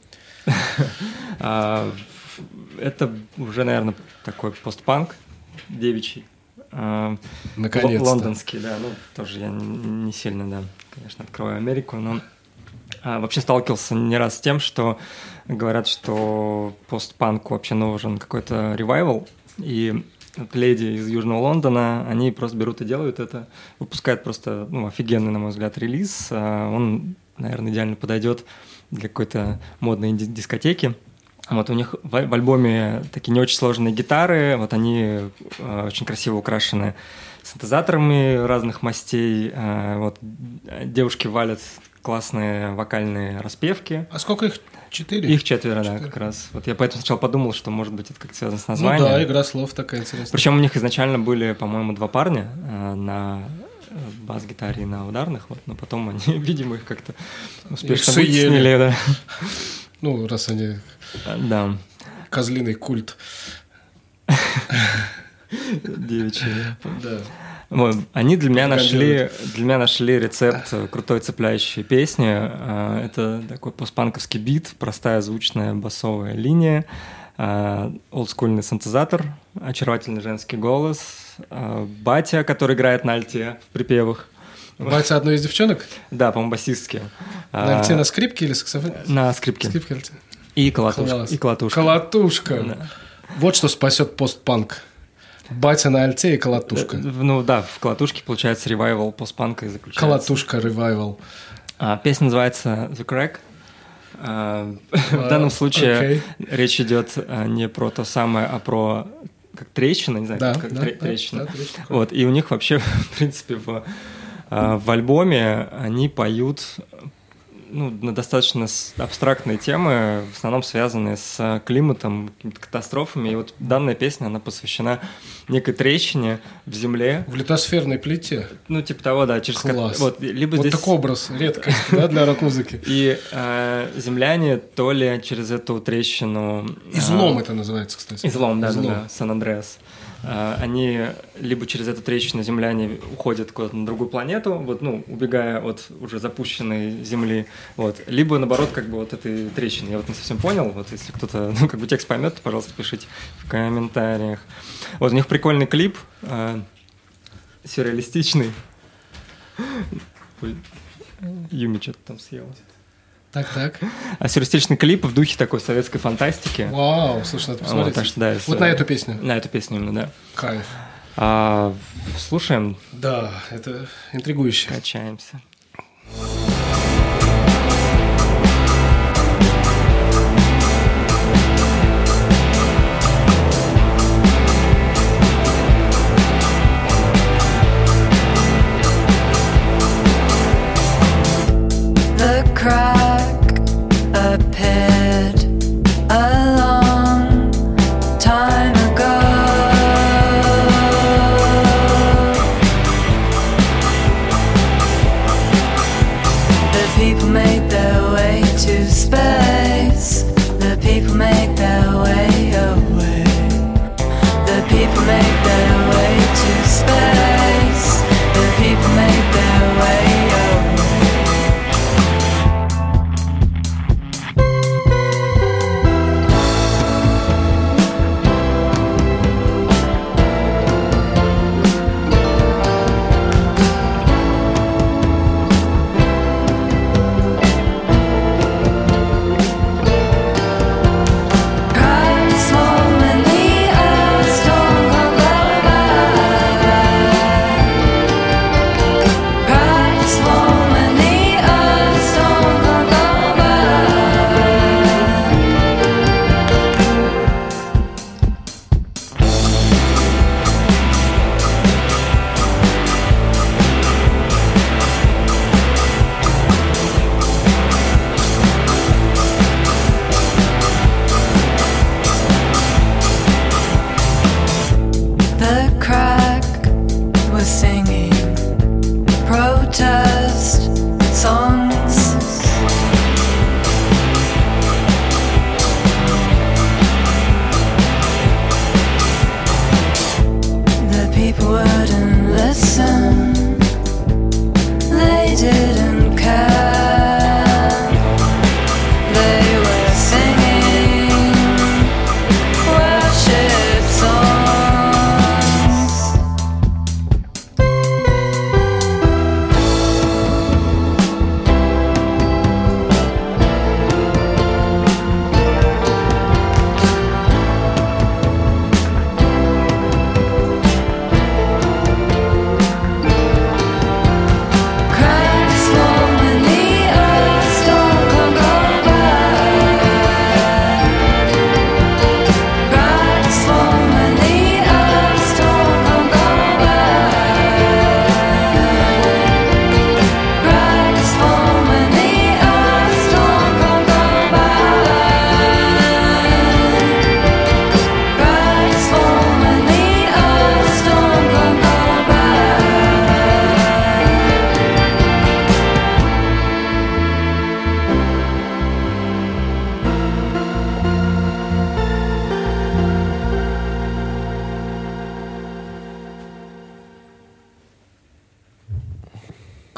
Это уже, наверное, такой постпанк девичий. Наконец-то. Лондонский, да. Ну, тоже я не сильно, да, конечно, открываю Америку, но вообще сталкивался не раз с тем, что говорят, что постпанку вообще нужен какой-то ревайвал, и вот леди из Южного Лондона, они просто берут и делают это, выпускают просто, ну, офигенный, на мой взгляд, релиз. Он, наверное, идеально подойдет для какой-то модной дискотеки. Вот у них в альбоме такие не очень сложные гитары, вот они очень красиво украшены синтезаторами разных мастей, вот девушки валят классные вокальные распевки. А сколько их? 4? Их 4, да, как раз. Вот я поэтому сначала подумал, что, может быть, это как-то связано с названием. Ну да, игра слов такая интересная. Причем у них изначально были, по-моему, 2 парня на бас-гитаре и на ударных, вот, но потом они, видимо, их как-то успешно вытеснили, да. Ну, раз они... Да. Козлиный культ. Девичий. Да. Вот. Они для меня нашли рецепт крутой цепляющей песни. Это такой постпанковский бит, простая звучная басовая линия, олдскульный синтезатор, очаровательный женский голос, батя, который играет на альте в припевах. Батя одной из девчонок? Да, по-моему, басистки. На альте на скрипке или саксофоне? На скрипке. Скрипке альте. И колотушка. И колотушка. Колотушка. Да. Вот что спасет постпанк. Батя на альте и колотушка. Ну да, в колотушке получается ревайвал постпанка и заключается. Колотушка ревайвал. Песня называется The Crack. В данном случае речь идет не про то самое, а про как трещина, не знаю, трещина. Вот, и у них вообще, в принципе, в альбоме они поют на достаточно абстрактные темы, в основном связанные с климатом, какими-то катастрофами. И вот данная песня, она посвящена некой трещине в земле. В литосферной плите? Ну, типа того, да. Класс. Либо вот здесь... такой образ, редкость, да, для рок-музыки. И земляне то ли через эту трещину... Излом это называется, кстати. Излом, да, Сан-Андреас. Они либо через эту трещину земляне уходят куда-то на другую планету, вот, убегая от уже запущенной Земли, вот, либо наоборот, как бы вот этой трещины. Я вот не совсем понял, вот, если кто-то, текст поймет, то, пожалуйста, пишите в комментариях. Вот, у них прикольный клип, сюрреалистичный. Юми что-то там съела. Так. Сюрреалистичный клип в духе такой советской фантастики. Вау, слушай, надо посмотреть. Вот, так что, да, вот на эту песню? На эту песню именно, да. Кайф. Слушаем. Да, это интригующе. Качаемся.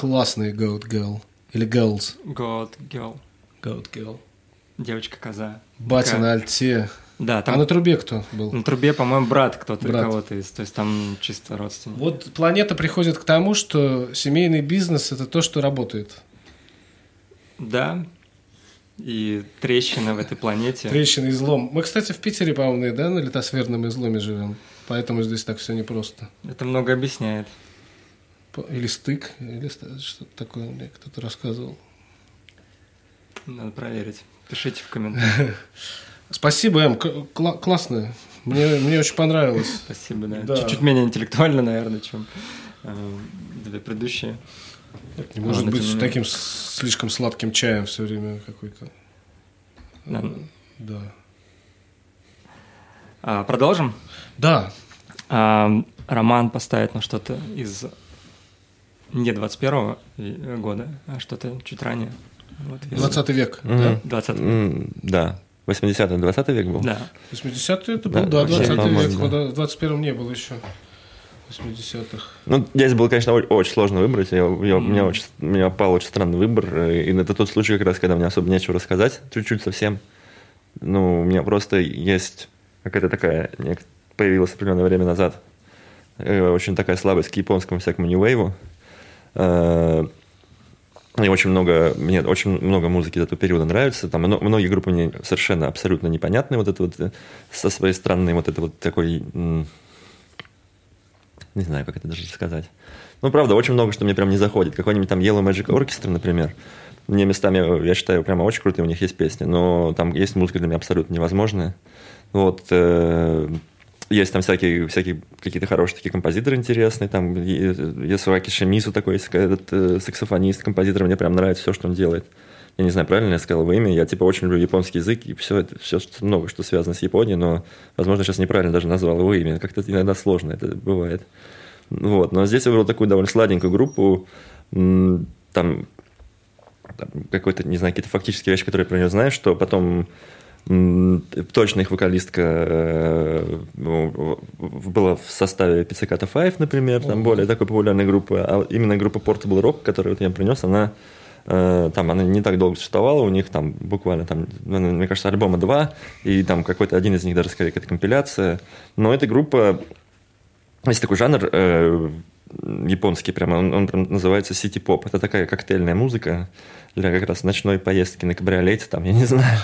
классный Goat Girl. Или Girls. Goat Girl. Goat Girl. Девочка-коза. Батя на альте. Да, там... А на трубе кто был? На трубе, по-моему, брат кто-то, кого-то из. То есть там чисто родственник. Вот планета приходит к тому, что семейный бизнес – это то, что работает. Да. И трещина в этой планете. Трещина, излом. Мы, кстати, в Питере, по-моему, да, на литосферном изломе живем. Поэтому здесь так все непросто. Это много объясняет. Или стык, или что-то такое мне кто-то рассказывал. Надо проверить. Пишите в комментариях. Спасибо, Эм, классно. Мне очень понравилось. Спасибо, да. Да. Чуть-чуть менее интеллектуально, наверное, чем две предыдущие. Не может быть с таким слишком сладким чаем все время какой-то. Да. Продолжим? Да. Роман поставит на что-то из не 21-го года, а что-то чуть ранее. Вот, 20 век, да? 20 Да. 80-й, 20 век был? Да. 80-й это был, да, 20 век. В 21-м не было еще 80-х. Ну, здесь было, конечно, очень сложно выбрать. Меня пал очень странный выбор. И это тот случай, как раз, когда мне особо нечего рассказать. Чуть-чуть совсем. Ну, у меня просто есть какая-то такая... Появилась определенное время назад очень такая слабость к японскому всякому нью-вейву. Мне очень много музыки этого периода нравится. Там многие группы мне совершенно абсолютно непонятны. Вот это вот со своей стороны, вот это вот такой... Не знаю, как это даже сказать. Ну, правда, очень много, что мне прям не заходит. Какой-нибудь там Yellow Magic Orchestra, например. Мне местами, я считаю, прямо очень крутые у них есть песни. Но там есть музыка для меня абсолютно невозможная. Вот... Есть там всякие какие-то хорошие такие композиторы интересные. Там Ясуаки Шимису такой, этот саксофонист, композитор. Мне прям нравится все, что он делает. Я не знаю, правильно я сказал его имя. Я очень люблю японский язык. И все много, что связано с Японией. Но, возможно, сейчас неправильно даже назвал его имя. Как-то иногда сложно это бывает. Вот. Но здесь я выбрал такую довольно сладенькую группу. Там какой-то, не знаю, какие-то фактические вещи, которые я про нее знаю, что потом... Точно их вокалистка была в составе Pizzicato Five, например, там более такой популярной группы, а именно группа Portable Rock, которую вот я принес, она не так долго существовала, у них там буквально, мне кажется, альбома 2, и там какой-то один из них даже скорее какая-то компиляция, но эта группа, есть такой жанр японский, прямо, он прям называется сити-поп, это такая коктейльная музыка, для как раз ночной поездки на кабриолете, там, я не знаю.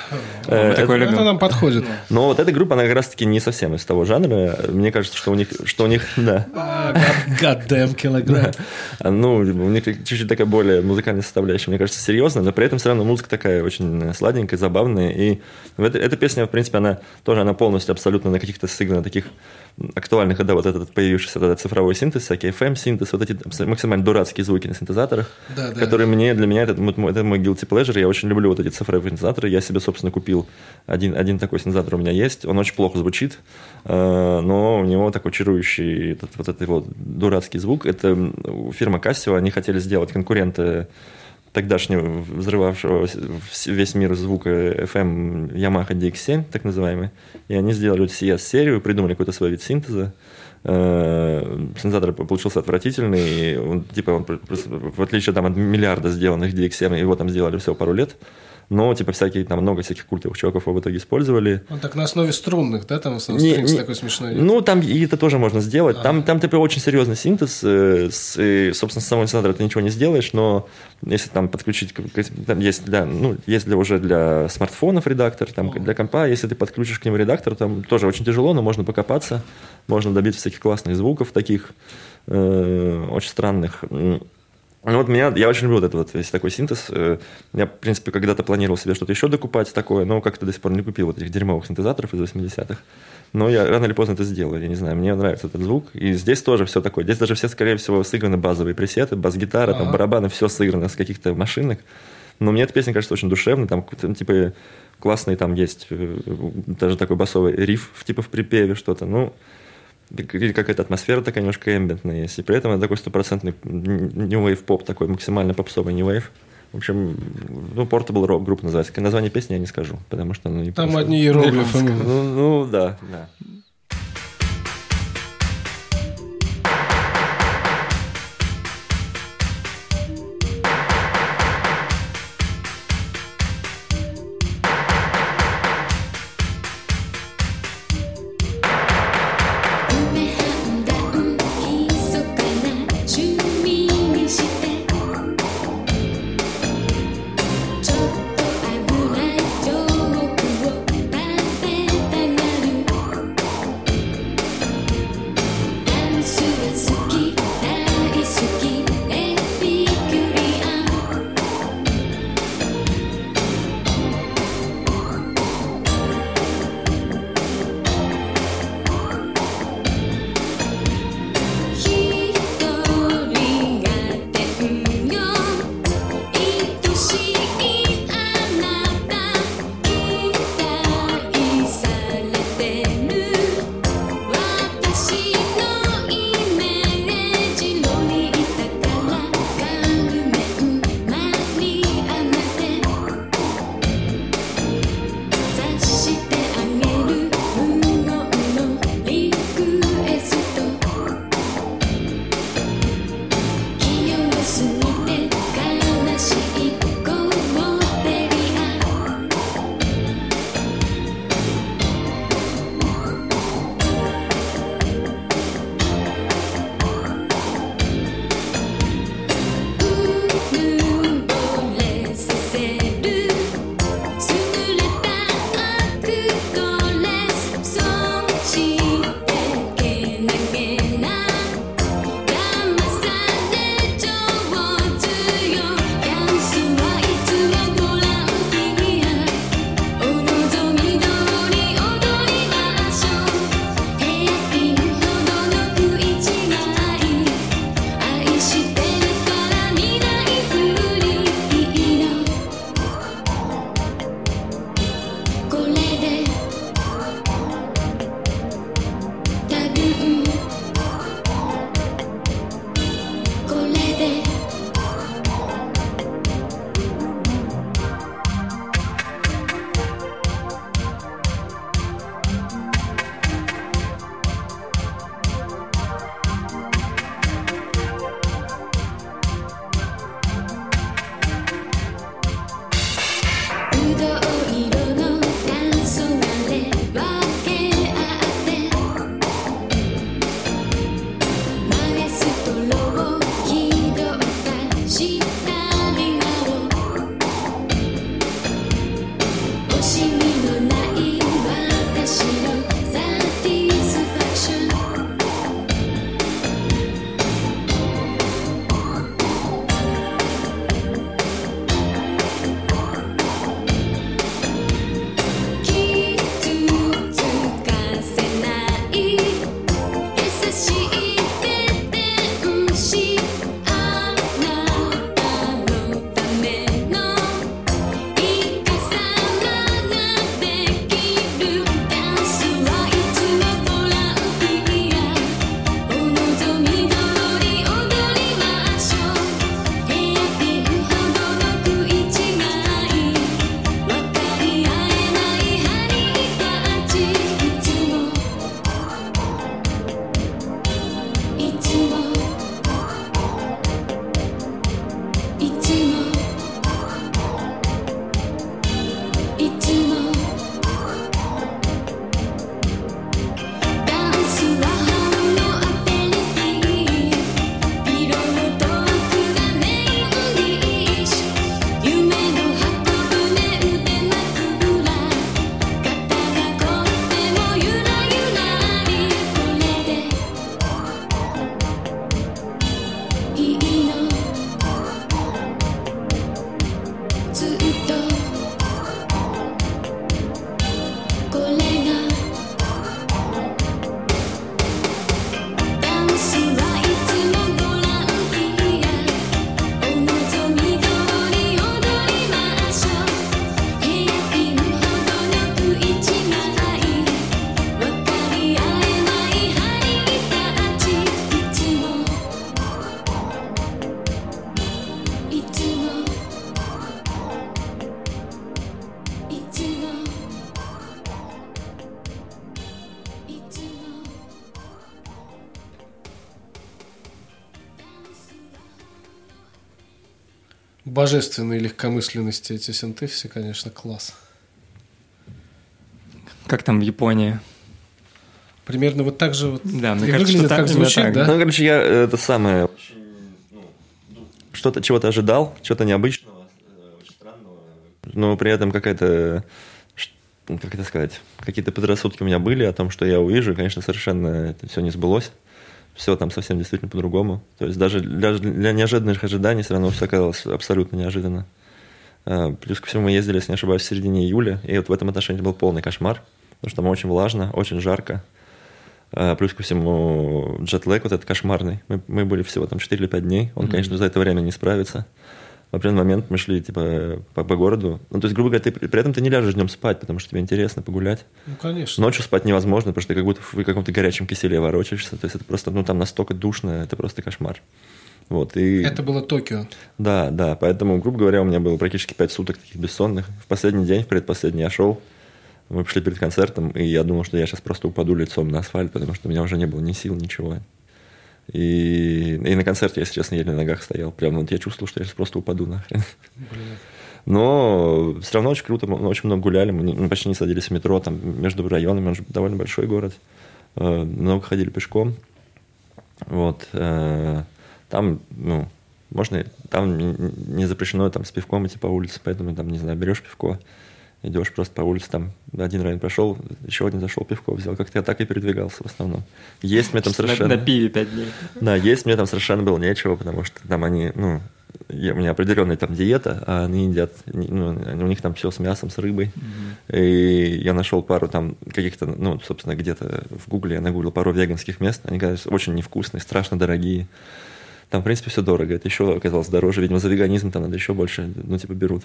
Это нам подходит. Но вот эта группа, она как раз-таки не совсем из того жанра. Мне кажется, что у них, да. Goddamn kilogram. Ну, у них чуть-чуть такая более музыкальная составляющая, мне кажется, серьезная, но при этом все равно музыка такая очень сладенькая, забавная. И эта песня, в принципе, она полностью абсолютно на каких-то сыграна таких актуальных, когда вот этот появившийся этот цифровой синтез, всякий FM-синтез, вот эти максимально дурацкие звуки на синтезаторах, которые для меня это мой guilty pleasure. Я очень люблю вот эти цифровые синтезаторы. Я себе, собственно, купил один такой синтезатор у меня есть. Он очень плохо звучит, но у него такой чарующий вот этот вот дурацкий звук. Это фирма Casio, они хотели сделать конкурента тогдашнего взрывавшего весь мир звука FM Yamaha DX7, так называемый. И они сделали CS-серию, придумали какой-то свой вид синтеза. Синтезатор получился отвратительный. Он, в отличие от миллиарда сделанных DX7, его там сделали всего пару лет. Но, много всяких культовых чуваков его в итоге использовали. Он так на основе струнных, да? Там в основном стрингс такой смешной. Ну, там и это тоже можно сделать. Там очень серьезный синтез. Собственно, с самого синтезатора ты ничего не сделаешь, но если там подключить... Там есть уже для смартфонов редактор, для компа. Если ты подключишь к нему редактор, там тоже очень тяжело, но можно покопаться. Можно добиться всяких классных звуков таких, очень странных. Ну, вот я очень люблю весь такой синтез. Я, в принципе, когда-то планировал себе что-то еще докупать такое, но как-то до сих пор не купил вот этих дерьмовых синтезаторов из 80-х. Но я рано или поздно это сделаю, я не знаю, мне нравится этот звук. И здесь тоже все такое. Здесь даже все, скорее всего, сыграны базовые пресеты, бас-гитара, там барабаны, все сыграно с каких-то машинок. Но мне эта песня кажется очень душевной, там классный там есть даже такой басовый риф в припеве что-то, какая-то атмосфера такая немножко эмбиентная есть. И при этом это такой стопроцентный new wave поп, такой максимально попсовый new wave. В общем, Portable Rock группа называется. Название песни я не скажу, потому что... Там одни иероглифы. Да. божественной легкомысленности эти синты все, конечно, класс. Как там в Японии? Примерно вот так же вот да, мне кажется, выглядит, как звучит, так. да? Ну, короче, я это самое... Что-то, чего-то ожидал, чего-то необычного, очень странного. Но при этом какая-то... Как это сказать? Какие-то предрассудки у меня были о том, что я увижу, и, конечно, совершенно это все не сбылось. Все там совсем действительно по-другому. То есть даже для неожиданных ожиданий все равно все оказалось абсолютно неожиданно. Плюс ко всему мы ездили, если не ошибаюсь, в середине июля, и вот в этом отношении был полный кошмар, потому что там очень влажно, очень жарко. Плюс ко всему джетлэг вот этот кошмарный. Мы были всего там 4 или 5 дней. Он, конечно, за это время не справится. В определенный момент мы шли типа по городу. Ну, то есть, грубо говоря, при этом ты не ляжешь днем спать, потому что тебе интересно погулять. Ну, конечно. Ночью спать невозможно, потому что ты как будто в каком-то горячем киселе ворочаешься. То есть это просто, ну, там настолько душно, это просто кошмар. Вот, и... Это было Токио. Да, поэтому, грубо говоря, у меня было практически 5 суток таких бессонных. В последний день, в предпоследний я шел. Мы пришли перед концертом, и я думал, что я сейчас просто упаду лицом на асфальт, потому что у меня уже не было ни сил, ничего. И на концерте, если честно, еле на ногах стоял. Прям вот я чувствовал, что я сейчас просто упаду нахрен. Блин. Но все равно очень круто, мы очень много гуляли, мы почти не садились в метро, там между районами, он же довольно большой город. Много ходили пешком. Вот. Там, ну, можно, там не запрещено там с пивком идти по улице, поэтому там, не знаю, берешь пивко, идешь просто по улице, там один район прошел, еще один зашел, пивко взял. Как-то я так и передвигался в основном. Есть мне там совершенно... На пиве 5 дней. Да, есть мне там совершенно было нечего, потому что там они, ну, у меня определенная там диета, а они едят, ну, у них там все с мясом, с рыбой. И я нашел пару там каких-то, ну, собственно, где-то в Гугле я нагуглил пару веганских мест, они, конечно, очень невкусные, страшно дорогие. Там, в принципе, все дорого. Это еще оказалось дороже. Видимо, за веганизм там надо еще больше, ну, типа, берут.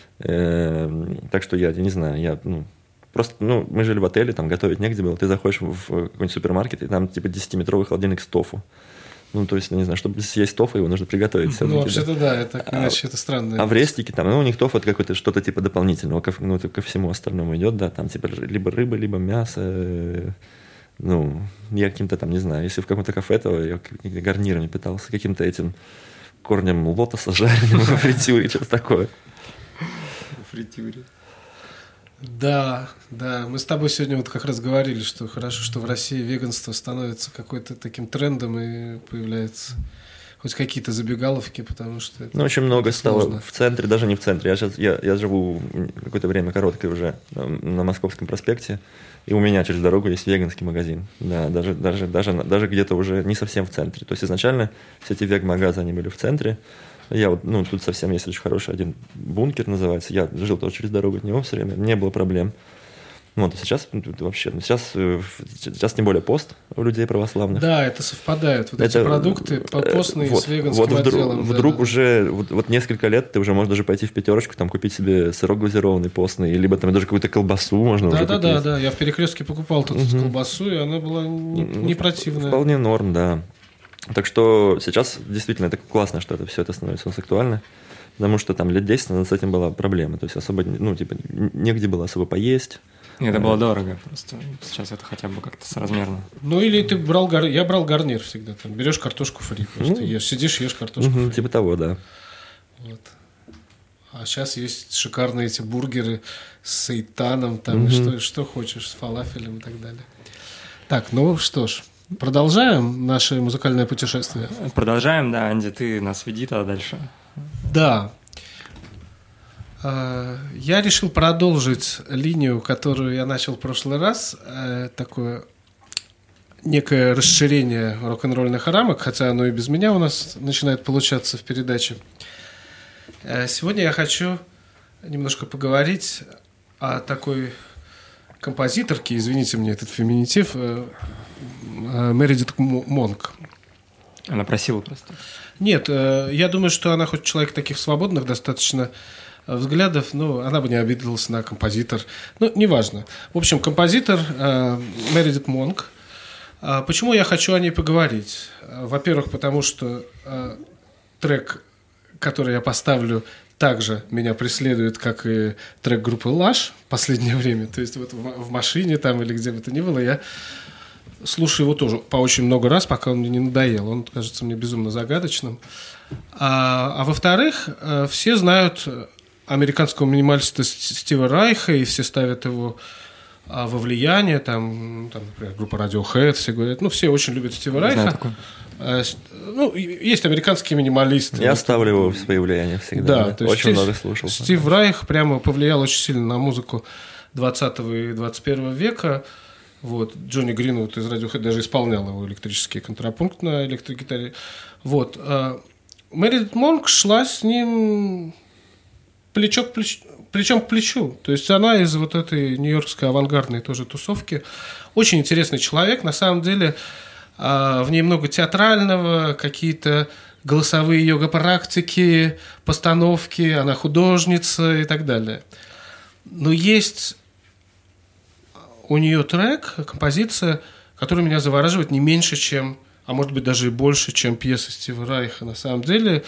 Так что я не знаю, просто, ну, мы жили в отеле, там готовить негде было. Ты заходишь в какой-нибудь супермаркет, и там, типа, 10-метровый холодильник с тофу. Ну, то есть, не знаю, чтобы съесть тофу, его нужно приготовить. Ну, вообще-то да, это, иначе это странно. А в рестике там, ну, у них тофу это какое-то что-то типа дополнительного, ну, это ко всему остальному идет, да, там, типа, либо рыба, либо мясо. Ну, я каким-то там, не знаю, если в каком-то кафе, то я гарнирами пытался, каким-то этим корнем лотоса жареным в фритюре, что-то такое. В фритюре. Да, мы с тобой сегодня вот как раз говорили, что хорошо, что в России веганство становится какой-то таким трендом и появляются хоть какие-то забегаловки, потому что это, ну, очень много стало сложно. в центре, даже не в центре. Я живу какое-то время короткое уже на Московском проспекте, и у меня через дорогу есть веганский магазин. Да, даже где-то уже не совсем в центре. То есть изначально все эти вег-магазы, они были в центре. Я вот, ну, тут совсем есть очень хороший один бункер называется. Я жил тоже через дорогу от него все время, не было проблем. Вот, а сейчас вообще, сейчас тем более пост у людей православных. Да, это совпадает. Вот эти продукты постные с веганским отделом. Вдруг уже вот несколько лет ты уже можешь даже пойти в пятерочку, там купить себе сырок глазированный постный, либо там даже какую-то колбасу можно уже купить. Да. Я в Перекрестке покупал тут колбасу, и она была не противная. Вполне норм, да. Так что сейчас действительно это классно, что все это становится у нас актуально. Потому что там лет 10 назад с этим была проблема. То есть особо, ну, типа, негде было особо поесть. Это было дорого просто. Сейчас это хотя бы как-то соразмерно. Ну, или ты я брал гарнир всегда. Там берешь картошку фри, просто ешь. Сидишь, ешь картошку фри. Типа того, да. Вот. А сейчас есть шикарные эти бургеры с сейтаном, там, что хочешь, с фалафелем и так далее. Так, ну что ж, продолжаем наше музыкальное путешествие. Продолжаем, да, Анди, ты нас веди тогда дальше. Да. Я решил продолжить линию, которую я начал в прошлый раз, такое некое расширение рок-н-ролльных рамок, хотя оно и без меня у нас начинает получаться в передаче. Сегодня я хочу немножко поговорить о такой композиторке, извините мне этот феминитив, Мередит Монк. Она просила просто. Нет, я думаю, что она хоть человек таких свободных достаточно взглядов, но она бы не обиделась на композитор. Ну, неважно. В общем, композитор Мередит Монк. Почему я хочу о ней поговорить? Во-первых, потому что трек, который я поставлю, также меня преследует, как и трек группы Lush в последнее время. То есть вот в машине там или где бы то ни было я слушаю его тоже по очень много раз, пока он мне не надоел. Он кажется мне безумно загадочным. А во-вторых, все знают американского минималиста Стива Райха, и все ставят его во влияние. Там, например, группа Radiohead, все говорят. Все очень любят Стива Райха. Есть американские минималисты. Я ставлю его в свои влияния всегда. Да, то есть очень много слушал. Стив Райх прямо повлиял очень сильно на музыку 20 и 21 века. Вот. Джонни Гринвуд из Radiohead даже исполнял его электрический контрапункт на электрогитаре. Вот. Мередит Монк шла с ним плечом к плечу. То есть она из вот этой нью-йоркской авангардной тоже тусовки. Очень интересный человек. На самом деле в ней много театрального, какие-то голосовые йога-практики, постановки, она художница и так далее. Но есть у нее трек, композиция, которая меня завораживает не меньше, чем, а может быть даже и больше, чем пьеса Стива Райха на самом деле.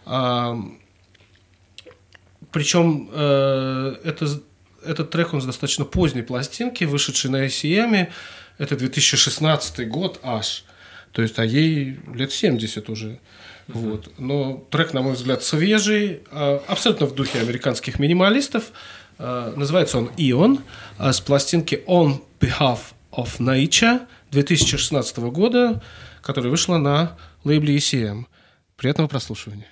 Причем этот трек, он с достаточно поздней пластинки, вышедший на ACM. Это 2016 год аж. То есть, а ей лет 70 уже. Вот. Но трек, на мой взгляд, свежий, абсолютно в духе американских минималистов. Называется он «Ион», с пластинки «On Behalf of Nature» 2016 года, которая вышла на лейбле ECM. Приятного прослушивания.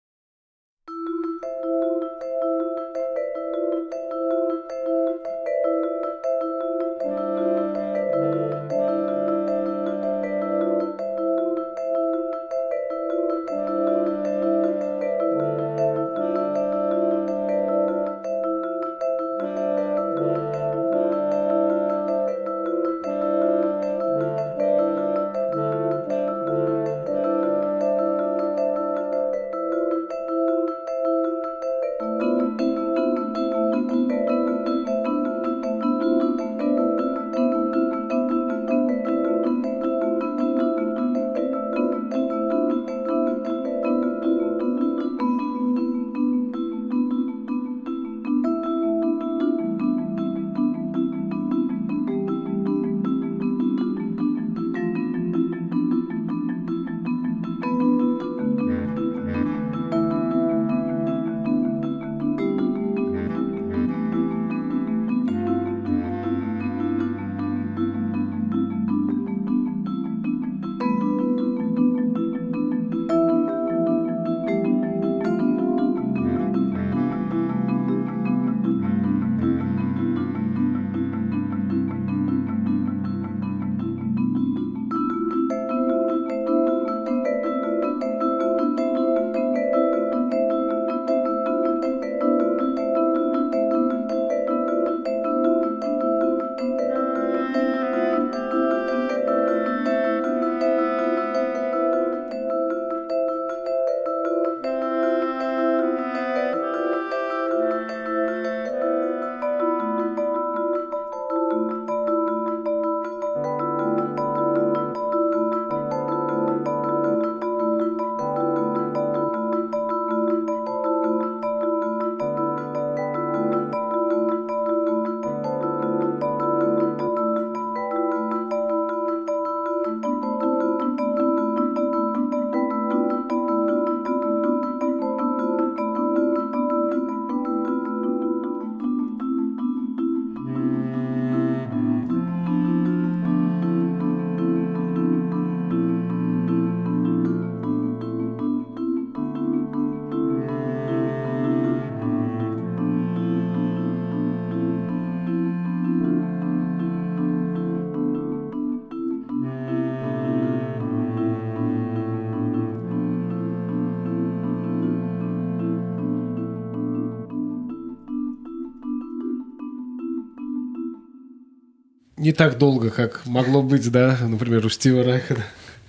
Не так долго, как могло быть, да, например, у Стива Райха.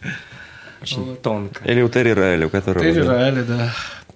Очень тонко. Или у Терри Райли, у которого... Терри Райли, да.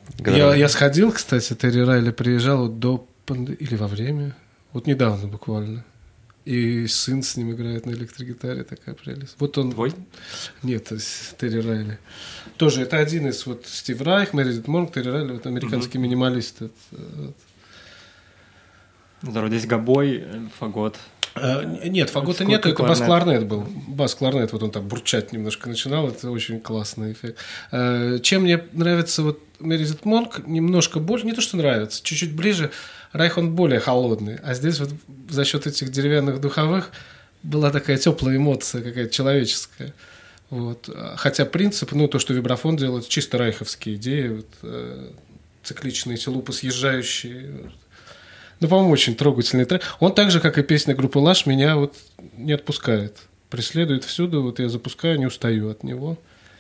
Я сходил, кстати, Терри Райли приезжал до или во время, вот недавно буквально. И сын с ним играет на электрогитаре, такая прелесть. Вот он... Твой? Нет, Терри Райли. Тоже это один из вот Стив Райх, Мередит Монк, Терри Райли, вот американский минималист. Здорово, здесь гобой, фагот. Нет, фагота нету, это бас-кларнет был. Бас-кларнет, вот он там бурчать немножко начинал, это очень классный эффект. Чем мне нравится вот Meredith Monk, немножко больше, не то, что нравится, чуть-чуть ближе, Райх он более холодный, а здесь вот за счет этих деревянных духовых была такая теплая эмоция, какая-то человеческая. Вот. Хотя принцип, то, что вибрафон делает, чисто райховские идеи, вот, цикличные эти лупы съезжающие. По-моему, очень трогательный трек. Он так же, как и песня группы Lush, меня вот не отпускает. Преследует всюду, вот я запускаю, не устаю от него.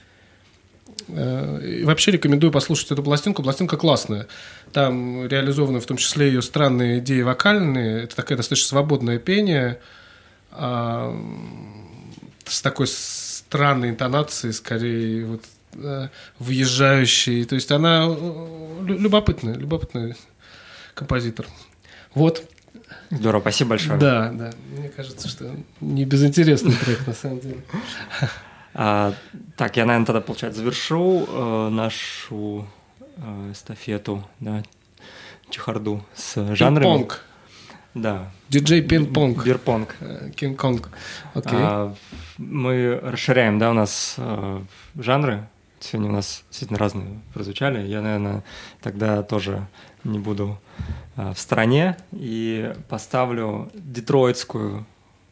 И вообще рекомендую послушать эту пластинку. Пластинка классная. Там реализованы в том числе ее странные идеи вокальные. Это такое достаточно свободное пение с такой странной интонацией, скорее вот въезжающей. То есть она любопытный композитор. Вот. Здорово, спасибо большое. Да. Мне кажется, что не безинтересный трек, на самом деле. Так, я, наверное, тогда, получается, завершу нашу эстафету, да, чехарду с жанрами. Пинг-понг. Да. Диджей пинг-понг. Бирпонг. Кинг-конг. Окей. Мы расширяем, да, у нас жанры. Сегодня у нас действительно разные прозвучали. Я, наверное, тогда тоже не буду в стороне и поставлю детройтскую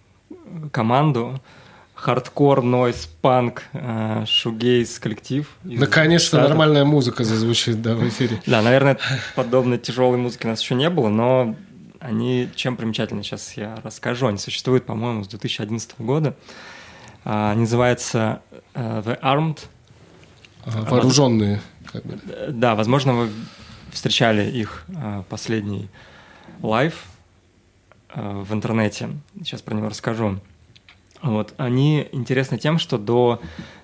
команду хардкор, нойз, панк, шугейз коллектив. Наконец-то нормальная музыка зазвучит, да, в эфире. Да, наверное, подобной тяжелой музыки у нас еще не было, но они чем примечательны, сейчас я расскажу. Они существуют, по-моему, с 2011 года. Называется The Armed. Вооруженные. Как бы. Да, возможно, вы встречали их последний лайв в интернете. Сейчас про него расскажу. Вот. Они интересны тем, что до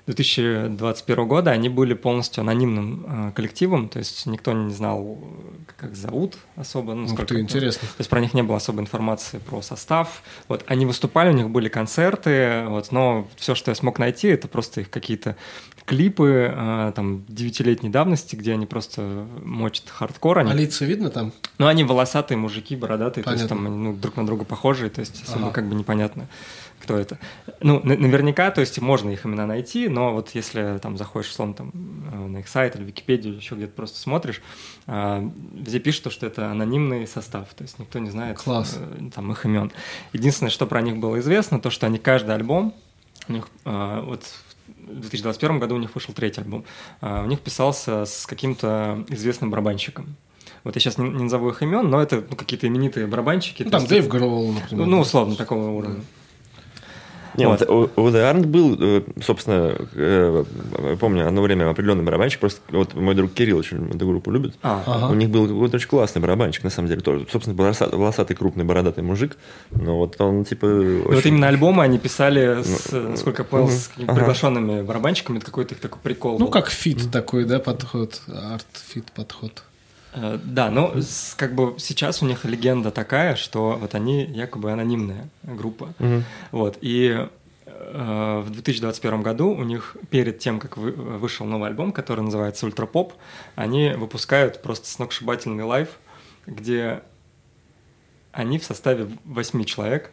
2021 года они были полностью анонимным коллективом, то есть никто не знал, как зовут особо. Интересно. То есть про них не было особой информации про состав. Вот. Они выступали, у них были концерты, вот, но все, что я смог найти, это просто их какие-то клипы там 9-летней давности, где они просто мочат хардкор. А лица видно там? Ну, они волосатые мужики, бородатые, Понятно. то есть там они друг на друга похожие, то есть особо как бы непонятно, кто это. Ну, наверняка, то есть можно их имена найти, но вот если там заходишь, условно, там, на их сайт или Википедию, еще где-то просто смотришь, везде пишут, что это анонимный состав, то есть никто не знает там их имен. Единственное, что про них было известно, то, что они каждый альбом, у них вот в 2021 году у них вышел 3-й альбом, у них писался с каким-то известным барабанщиком. Вот я сейчас не назову их имен, но это какие-то именитые барабанщики. Ну, там Дэйв Гроул, например. Ну, условно, такого уровня. Не, вот у The Armed был, собственно, помню, одно время определенный барабанщик, просто вот мой друг Кирилл очень эту группу любит, у них был какой-то очень классный барабанщик, на самом деле, тоже, собственно, волосатый, крупный, бородатый мужик, но вот он, типа... Очень... Вот именно альбомы они писали, насколько я понял, с приглашенными барабанщиками, это какой-то их такой прикол был. Ну, как фит такой, да, подход, арт-фит подход. Да, но как бы сейчас у них легенда такая, что вот они якобы анонимная группа. Вот, и в 2021 году у них перед тем, как вышел новый альбом, который называется «Ультрапоп», они выпускают просто сногсшибательный лайв, где они в составе 8 человек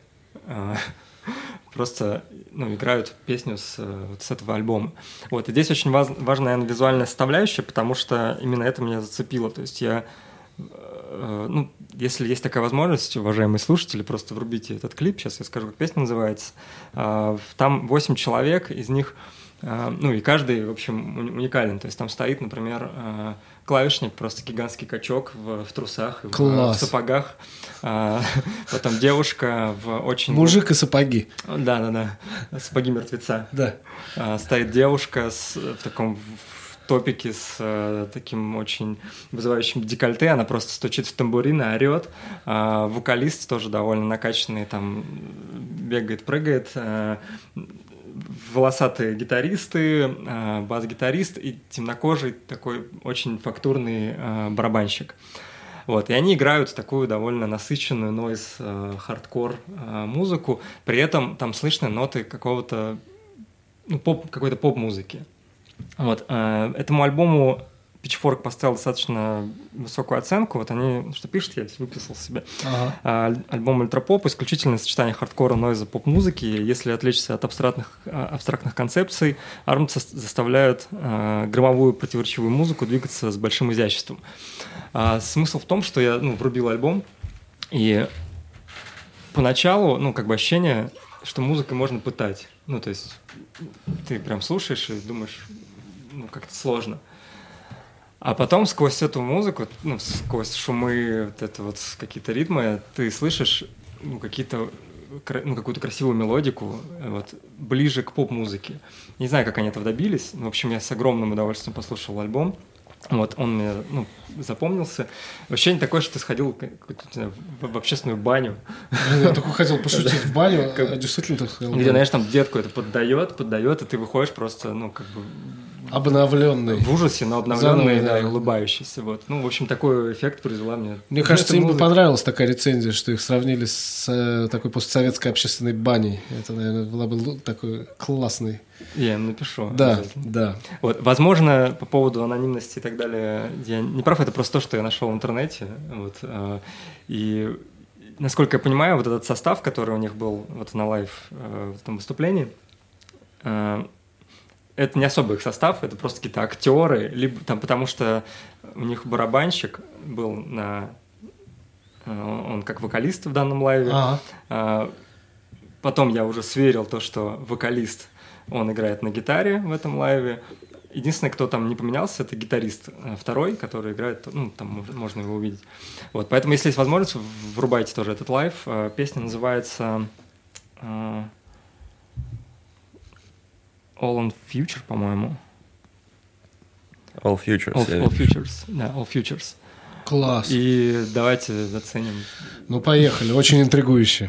просто играют песню с этого альбома. Вот. И здесь очень важна, наверное, визуальная составляющая, потому что именно это меня зацепило. То есть я, если есть такая возможность, уважаемые слушатели, просто врубите этот клип, сейчас я скажу, как песня называется. Там 8 человек, из них, и каждый, в общем, уникален. То есть там стоит, например, клавишник, просто гигантский качок в трусах, в сапогах. Потом девушка в очень... Мужик и сапоги. Да. Сапоги мертвеца. Да. Стоит девушка в таком топике с таким очень вызывающим декольте. Она просто стучит в тамбурин и орет. Вокалист тоже довольно накачанный, там бегает, прыгает. Волосатые гитаристы, бас-гитарист и темнокожий такой очень фактурный барабанщик. Вот, и они играют такую довольно насыщенную нойз, хардкор музыку, при этом там слышны ноты какой-то поп-музыки. Вот, этому альбому Pitchfork поставил достаточно высокую оценку. Вот они, что пишут, я здесь выписал себе. Альбом ультрапоп, исключительное сочетание хардкора, нойза, поп-музыки. Если отвлечься от абстрактных концепций, Arms заставляют громовую противоречивую музыку двигаться с большим изяществом. Смысл в том, что я врубил альбом, и поначалу, ощущение, что музыкой можно пытать. То есть ты прям слушаешь и думаешь, как-то сложно. А потом сквозь эту музыку, сквозь шумы, вот это вот какие-то ритмы, ты слышишь какую-то красивую мелодику, вот, ближе к поп-музыке. Не знаю, как они этого добились. В общем, я с огромным удовольствием послушал альбом. Вот, он мне запомнился. Ощущение такое, что ты сходил в общественную баню. Я только хотел пошутить в баню, а действительно так сказал. Где, знаешь, там детку это поддает, и ты выходишь просто, обновленный. В ужасе, но обновленный, да, и улыбающийся. Вот. В общем, такой эффект произвела мне. Мне кажется, им бы понравилась такая рецензия, что их сравнили с такой постсоветской общественной баней. Это, наверное, была бы такой классный. Я им напишу. Да. Вот, возможно, по поводу анонимности и так далее, я не прав, это просто то, что я нашел в интернете. Вот, и насколько я понимаю, вот этот состав, который у них был вот на лайв в этом выступлении, это не особый их состав, это просто какие-то актеры, либо там, потому что у них барабанщик был он как вокалист в данном лайве. Потом я уже сверил то, что вокалист, он играет на гитаре в этом лайве. Единственный, кто там не поменялся, это гитарист второй, который играет, там можно его увидеть. Вот, поэтому, если есть возможность, врубайте тоже этот лайв. Песня называется All on Future, по-моему. All Futures. All Futures, да, All Futures. Класс. И давайте заценим. Поехали, очень интригующе.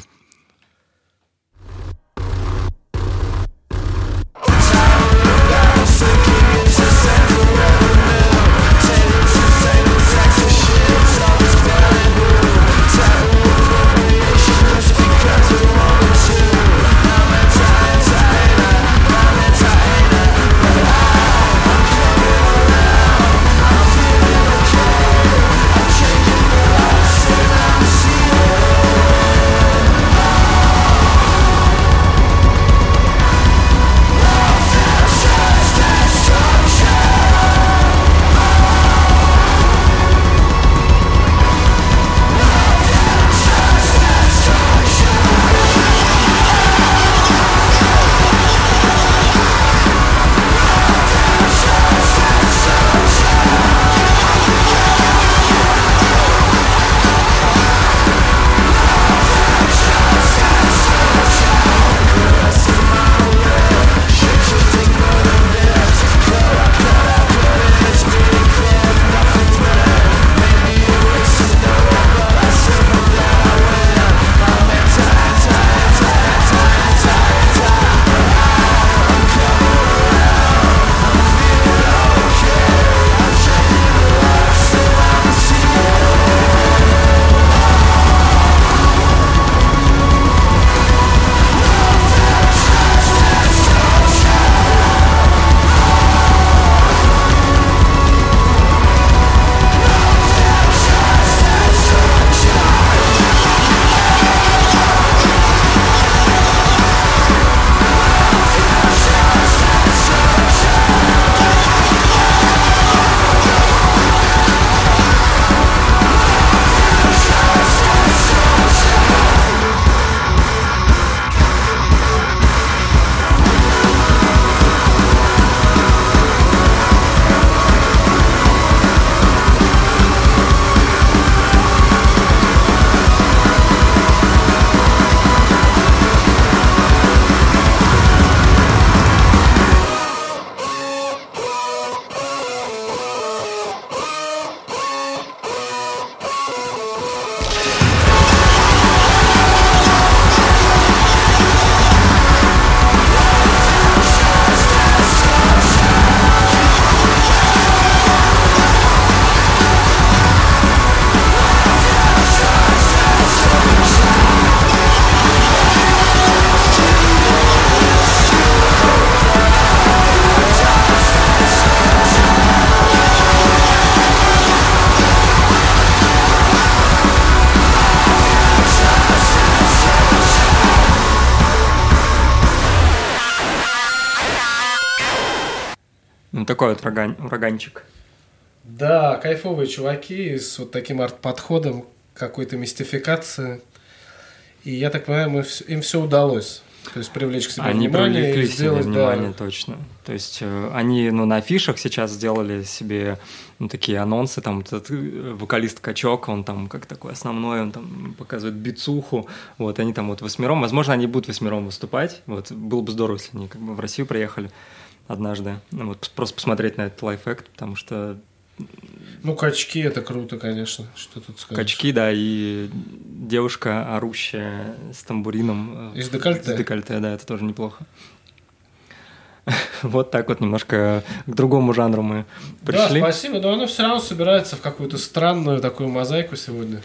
такой вот ураганчик. Да, кайфовые чуваки с вот таким арт-подходом, какой-то мистификации. И я так понимаю, им все удалось. То есть привлечь к себе внимание. Они привлекли к себе внимание, точно. То есть они на афишах сейчас сделали себе такие анонсы, там этот вокалист Качок, он там как такой основной, он там показывает бицуху, вот, они там вот восьмером, возможно, они будут восьмером выступать, вот, было бы здорово, если они как бы в Россию приехали однажды, вот, просто посмотреть на этот лайф-экт, потому что... Качки — это круто, конечно, что тут сказать. Качки, да, и девушка, орущая с тамбурином. Из декольте. Из декольте, да, это тоже неплохо. Вот так вот немножко к другому жанру мы пришли. Да, спасибо, но оно все равно собирается в какую-то странную такую мозаику сегодня.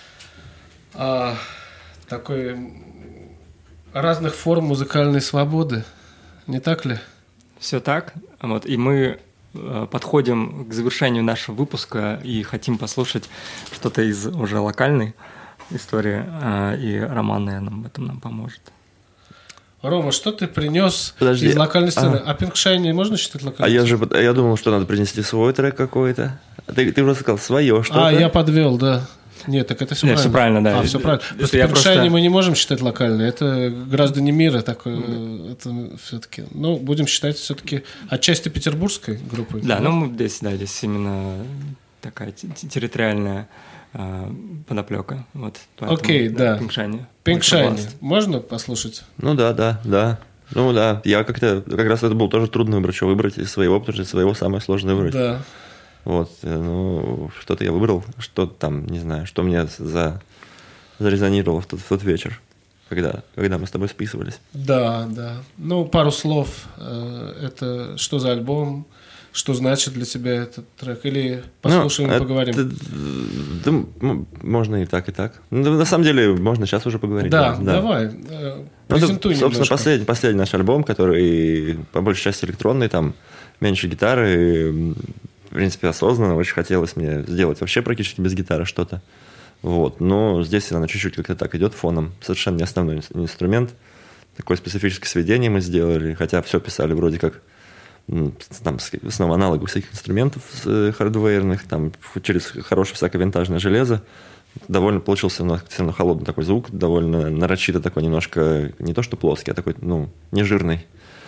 Такой разных форм музыкальной свободы, не так ли? Все так, вот, и мы подходим к завершению нашего выпуска и хотим послушать что-то из уже локальной истории, и Роман, наверное, в этом нам поможет. Рома, что ты принес из локальной сцены? А Pink Shiny можно считать локальной? Я думал, что надо принести свой трек какой-то. Ты уже сказал свое что-то. Я подвел, да. Нет, так это все правильно. Все правильно, да. Все правильно. Просто Pink Shiny мы не можем считать локальной. Это граждане мира такое. Это все-таки. Будем считать все-таки отчасти петербургской группой. Да, здесь именно такая территориальная подоплека. Вот, окей, да. Pink Shiny. Pink Shiny. Можно послушать? Да. Я как раз это был тоже трудный выбор, что выбрать из своего, потому что из своего самое сложное выбрать. Да. Вот, что-то я выбрал, что-то там, не знаю, что мне зарезонировало в тот вечер, когда мы с тобой списывались. Да. Пару слов. Это что за альбом? Что значит для тебя этот трек? Или послушаем и поговорим? Можно и так, и так. На самом деле, можно сейчас уже поговорить. Да. Давай. Презентуй собственно, немножко. последний наш альбом, который по большей части электронный, там меньше гитары. В принципе, осознанно очень хотелось мне сделать вообще практически без гитары что-то. Вот. Но здесь она чуть-чуть как-то так идет фоном. Совершенно не основной инструмент. Такое специфическое сведение мы сделали, хотя все писали вроде как там снова аналогов всяких инструментов хардвейерных, там через хорошее всякое винтажное железо. Довольно получился сильно холодный такой звук, довольно нарочито такой немножко, не то что плоский, а такой, не жирный.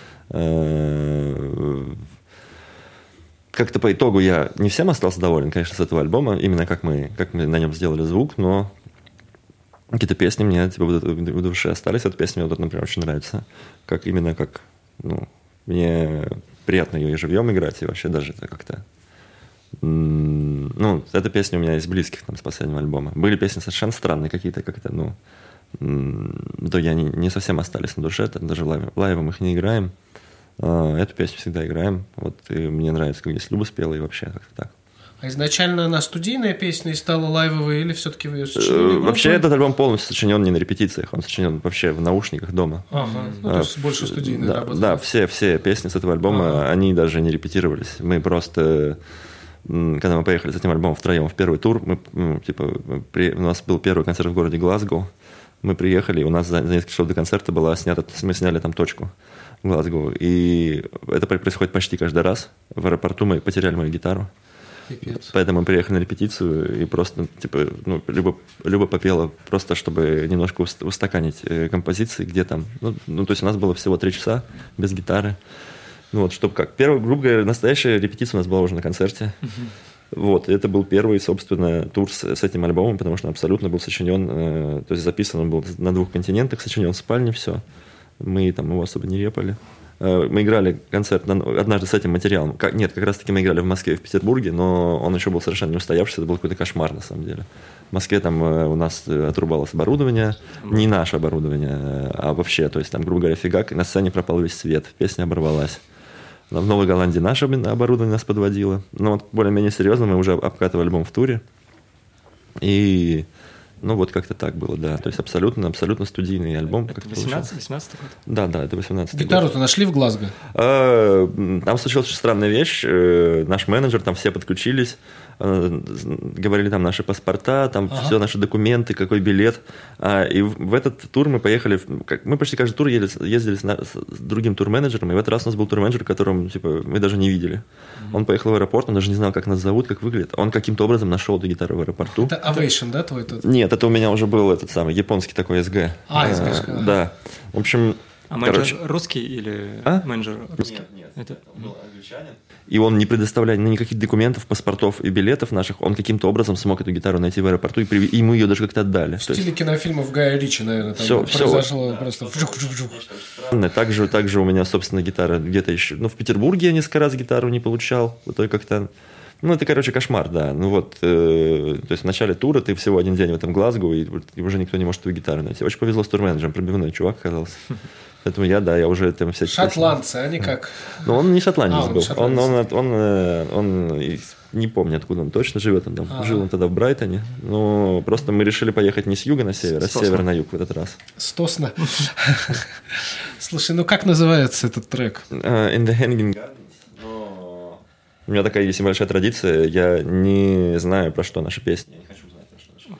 Как-то по итогу я не всем остался доволен, конечно, с этого альбома, именно как мы на нем сделали звук, но какие-то песни мне в душе остались. Эта песня мне, например, очень нравится. Мне приятно ее и живьем играть, и вообще даже это как-то... эта песня у меня из близких там, с последнего альбома. Были песни совершенно странные какие-то, как-то, в итоге они не совсем остались на душе, даже лайвом их не играем. Эту песню всегда играем. Вот, и мне нравится, как здесь Люба спела, и вообще как-то так. А изначально она студийная песня и стала лайвовой, или все-таки вы ее сочинили? Вообще этот альбом полностью сочинен не на репетициях, он сочинен вообще в наушниках дома. То есть больше студийная работа. Да, все песни с этого альбома, они даже не репетировались. Мы просто, когда мы поехали с этим альбомом втроем в первый тур, у нас был первый концерт в городе Глазго, мы приехали, и у нас за несколько часов до концерта была снята, мы сняли там точку в Глазго, и это происходит почти каждый раз. В аэропорту мы потеряли мою гитару. Пипец. Поэтому мы приехали на репетицию и просто, Люба попела просто, чтобы немножко устаканить композиции, где там, то есть у нас было всего 3 часа без гитары. Чтобы как. Первая, грубо говоря, настоящая репетиция у нас была уже на концерте. Вот, и это был первый, собственно, тур с этим альбомом, потому что он абсолютно был сочинен, то есть записан он был на 2 континентах, сочинен в спальне, все. Мы там его особо не репали. Мы играли концерт однажды с этим материалом. Как раз-таки мы играли в Москве и в Петербурге, но он еще был совершенно не устоявшийся, это был какой-то кошмар, на самом деле. В Москве там у нас отрубалось оборудование, не наше оборудование, а вообще, то есть там, грубо говоря, фигак, и на сцене пропал весь свет, песня оборвалась. В Новой Голландии наше оборудование нас подводило. Более-менее серьезно мы уже обкатывали альбом в туре. И... как-то так было, да. То есть абсолютно студийный альбом. Это 18-й год? Да, это 18-й год. Гитару-то нашли в Глазго? Там случилась очень странная вещь. Наш менеджер, там все подключились. говорили там наши паспорта, там все наши документы, какой билет. И в этот тур мы поехали, мы почти каждый тур ездили с другим турменеджером, и в этот раз у нас был турменеджер, которого типа, мы даже не видели. Он поехал в аэропорт, он даже не знал, как нас зовут, как выглядит. Он каким-то образом нашел эту гитару в аэропорту. Это Ovation, да, твой тут? Нет, это у меня уже был этот самый японский такой СГ. СГ. Да. В общем... А менеджер русский или менеджер русский? Нет. Это был англичанин. И он, не предоставляя никаких документов, паспортов и билетов наших, он каким-то образом смог эту гитару найти в аэропорту, и мы ее даже как-то отдали. В стиле кинофильмов Гая Ричи, наверное, там произошло просто... Также у меня, собственно, гитара где-то еще... в Петербурге я несколько раз гитару не получал. То как-то... это, короче, кошмар, да. То есть в начале тура ты всего один день в этом Глазго, и уже никто не может твою гитару найти. Очень повезло с турменеджером, пробивной чувак оказался. Поэтому я уже там все... Шотландцы, они как? Он не шотландец был. Он не помню, откуда он точно живет. Жил он тогда в Брайтоне. Но просто мы решили поехать не с юга на север, а с севера на юг в этот раз. Стосно. Слушай, как называется этот трек? In the Hanging Gardens. У меня такая есть небольшая традиция. Я не знаю, про что наши песни. Я не хочу знать, про что наши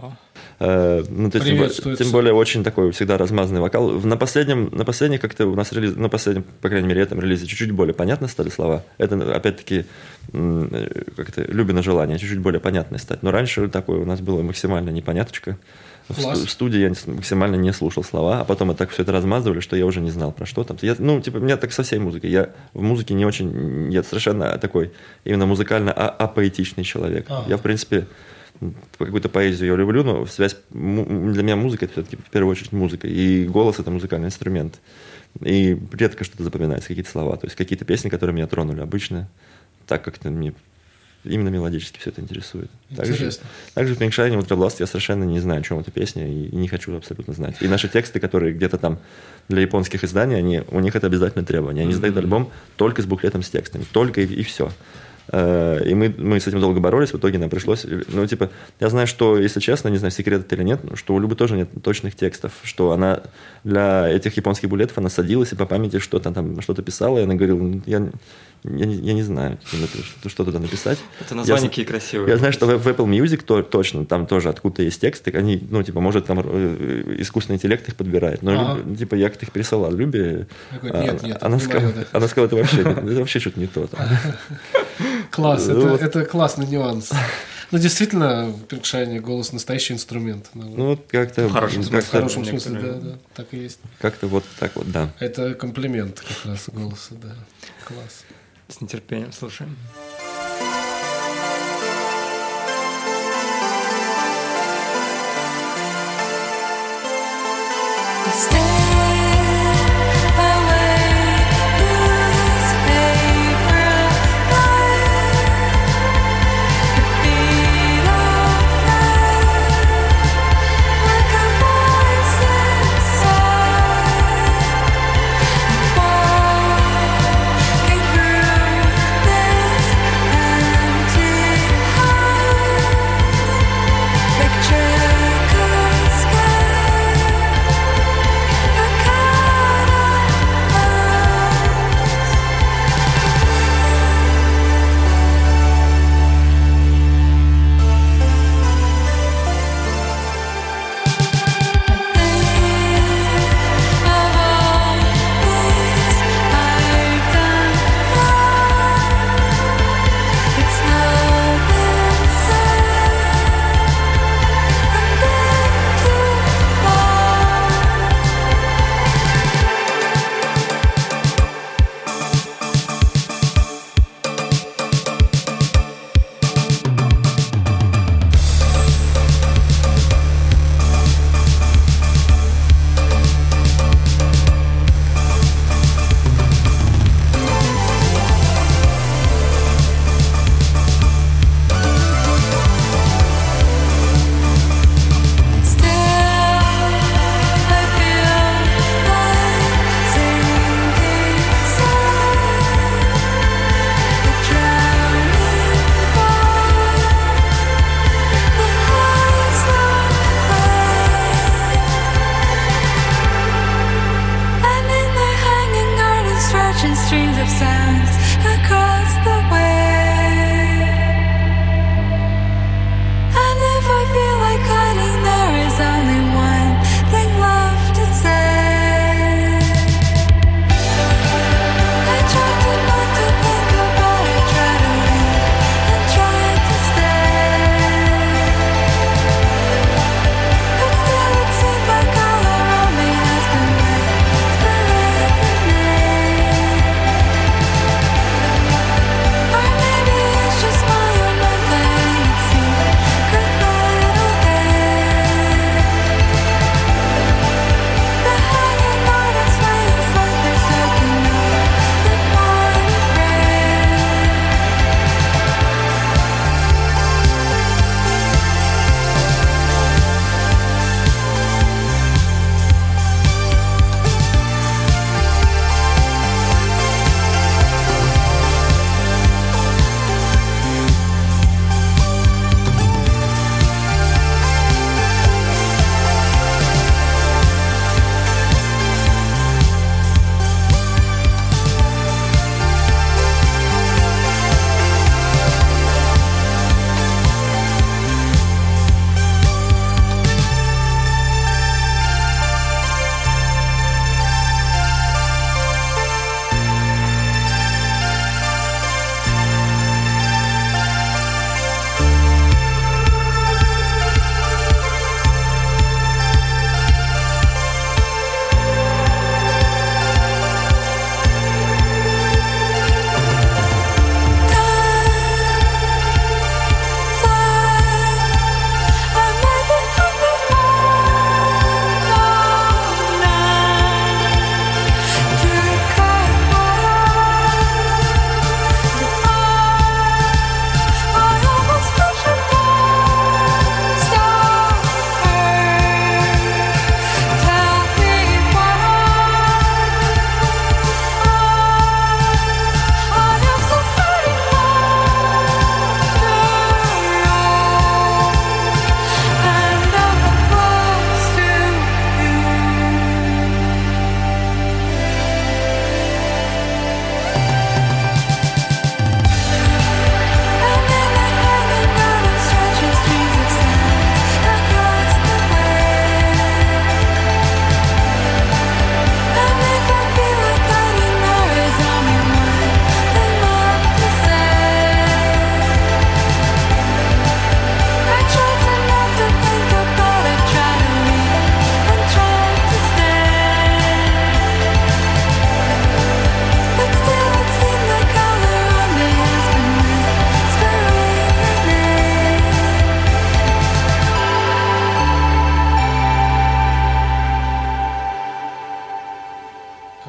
песни. Тем более очень такой всегда размазанный вокал. На последних как-то у нас по крайней мере, этом релизе чуть-чуть более понятно стали слова. Это опять-таки как-то Любино желание чуть-чуть более понятно стать. Но раньше такое у нас было максимально непоняточка. В студии я максимально не слушал слова, а потом мы так все это размазывали, что я уже не знал, про что там. У меня так со всей музыкой. Я в музыке не очень... Я совершенно такой именно музыкально апоэтичный человек. Я, в принципе, какую-то поэзию я люблю, но для меня музыка — это все-таки в первую очередь музыка. И голос — это музыкальный инструмент. И редко что-то запоминается, какие-то слова. То есть какие-то песни, которые меня тронули обычно, так как-то мне... Именно мелодически все это интересует. Также в Pink Shiny Ultra Blast я совершенно не знаю, о чем эта песня, и не хочу абсолютно знать. И наши тексты, которые где-то там для японских изданий, у них это обязательное требование. Они издают альбом только с буклетом с текстами. Только и все. И мы с этим долго боролись, в итоге нам пришлось... я знаю, что, если честно, не знаю, секрет это или нет, что у Любы тоже нет точных текстов, что она для этих японских булетов, она садилась и по памяти что-то писала, и она говорила, я не знаю, что туда написать. Это названия какие красивые. Я знаю, что в Apple Music точно, там тоже откуда-то есть тексты, они, может, там искусственный интеллект их подбирает, но, я как-то их пересылал Любе, она сказала, это вообще что-то не то. Класс, это классный нюанс. Действительно, в Pink Shiny голос настоящий инструмент. Как-то... В хорошем смысле, да, так и есть. Как-то вот так вот, да. Это комплимент как раз голоса, да. Класс. С нетерпением слушаем.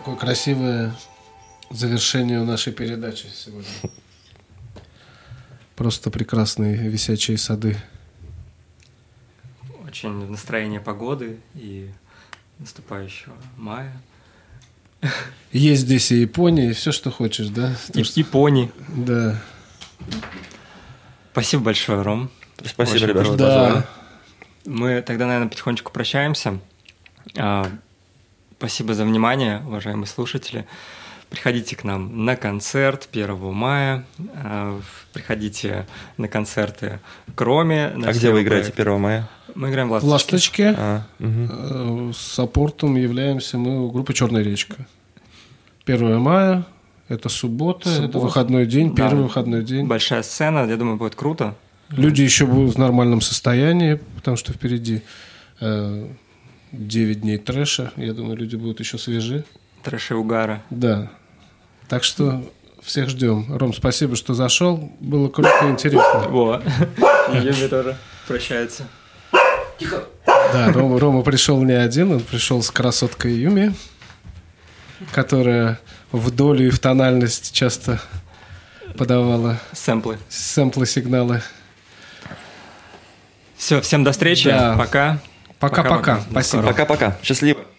Какое красивое завершение нашей передачи сегодня. Просто прекрасные висячие сады. Очень настроение погоды и наступающего мая. Есть здесь и Япония, и все, что хочешь, да? И пони. Да. Спасибо большое, Ром. Спасибо, Очень ребята, что круто. позвали. Мы тогда, наверное, потихонечку прощаемся. Спасибо за внимание, уважаемые слушатели. Приходите к нам на концерт 1 мая. Приходите на концерты к Роме. А где вы играете 1 мая? Мы играем в В «Ласточке». «Ласточке». Саппортом являемся мы группа «Черная речка». 1 мая, это суббота, это выходной день, первый выходной день. Большая сцена, я думаю, будет круто. Люди еще будут в нормальном состоянии, потому что впереди 9 дней трэша. Я думаю, люди будут еще свежи. Трэш и угара. Да. Так что всех ждем. Ром, спасибо, что зашел. Было круто и интересно. Во. Юми тоже прощается. Да, Рома пришел не один, он пришел с красоткой Юми, которая в долю и в тональность часто подавала Сэмплы. сигналы. Все, всем до встречи. Да. Пока. Пока-пока. До Спасибо. скорого. Пока-пока. Счастливо.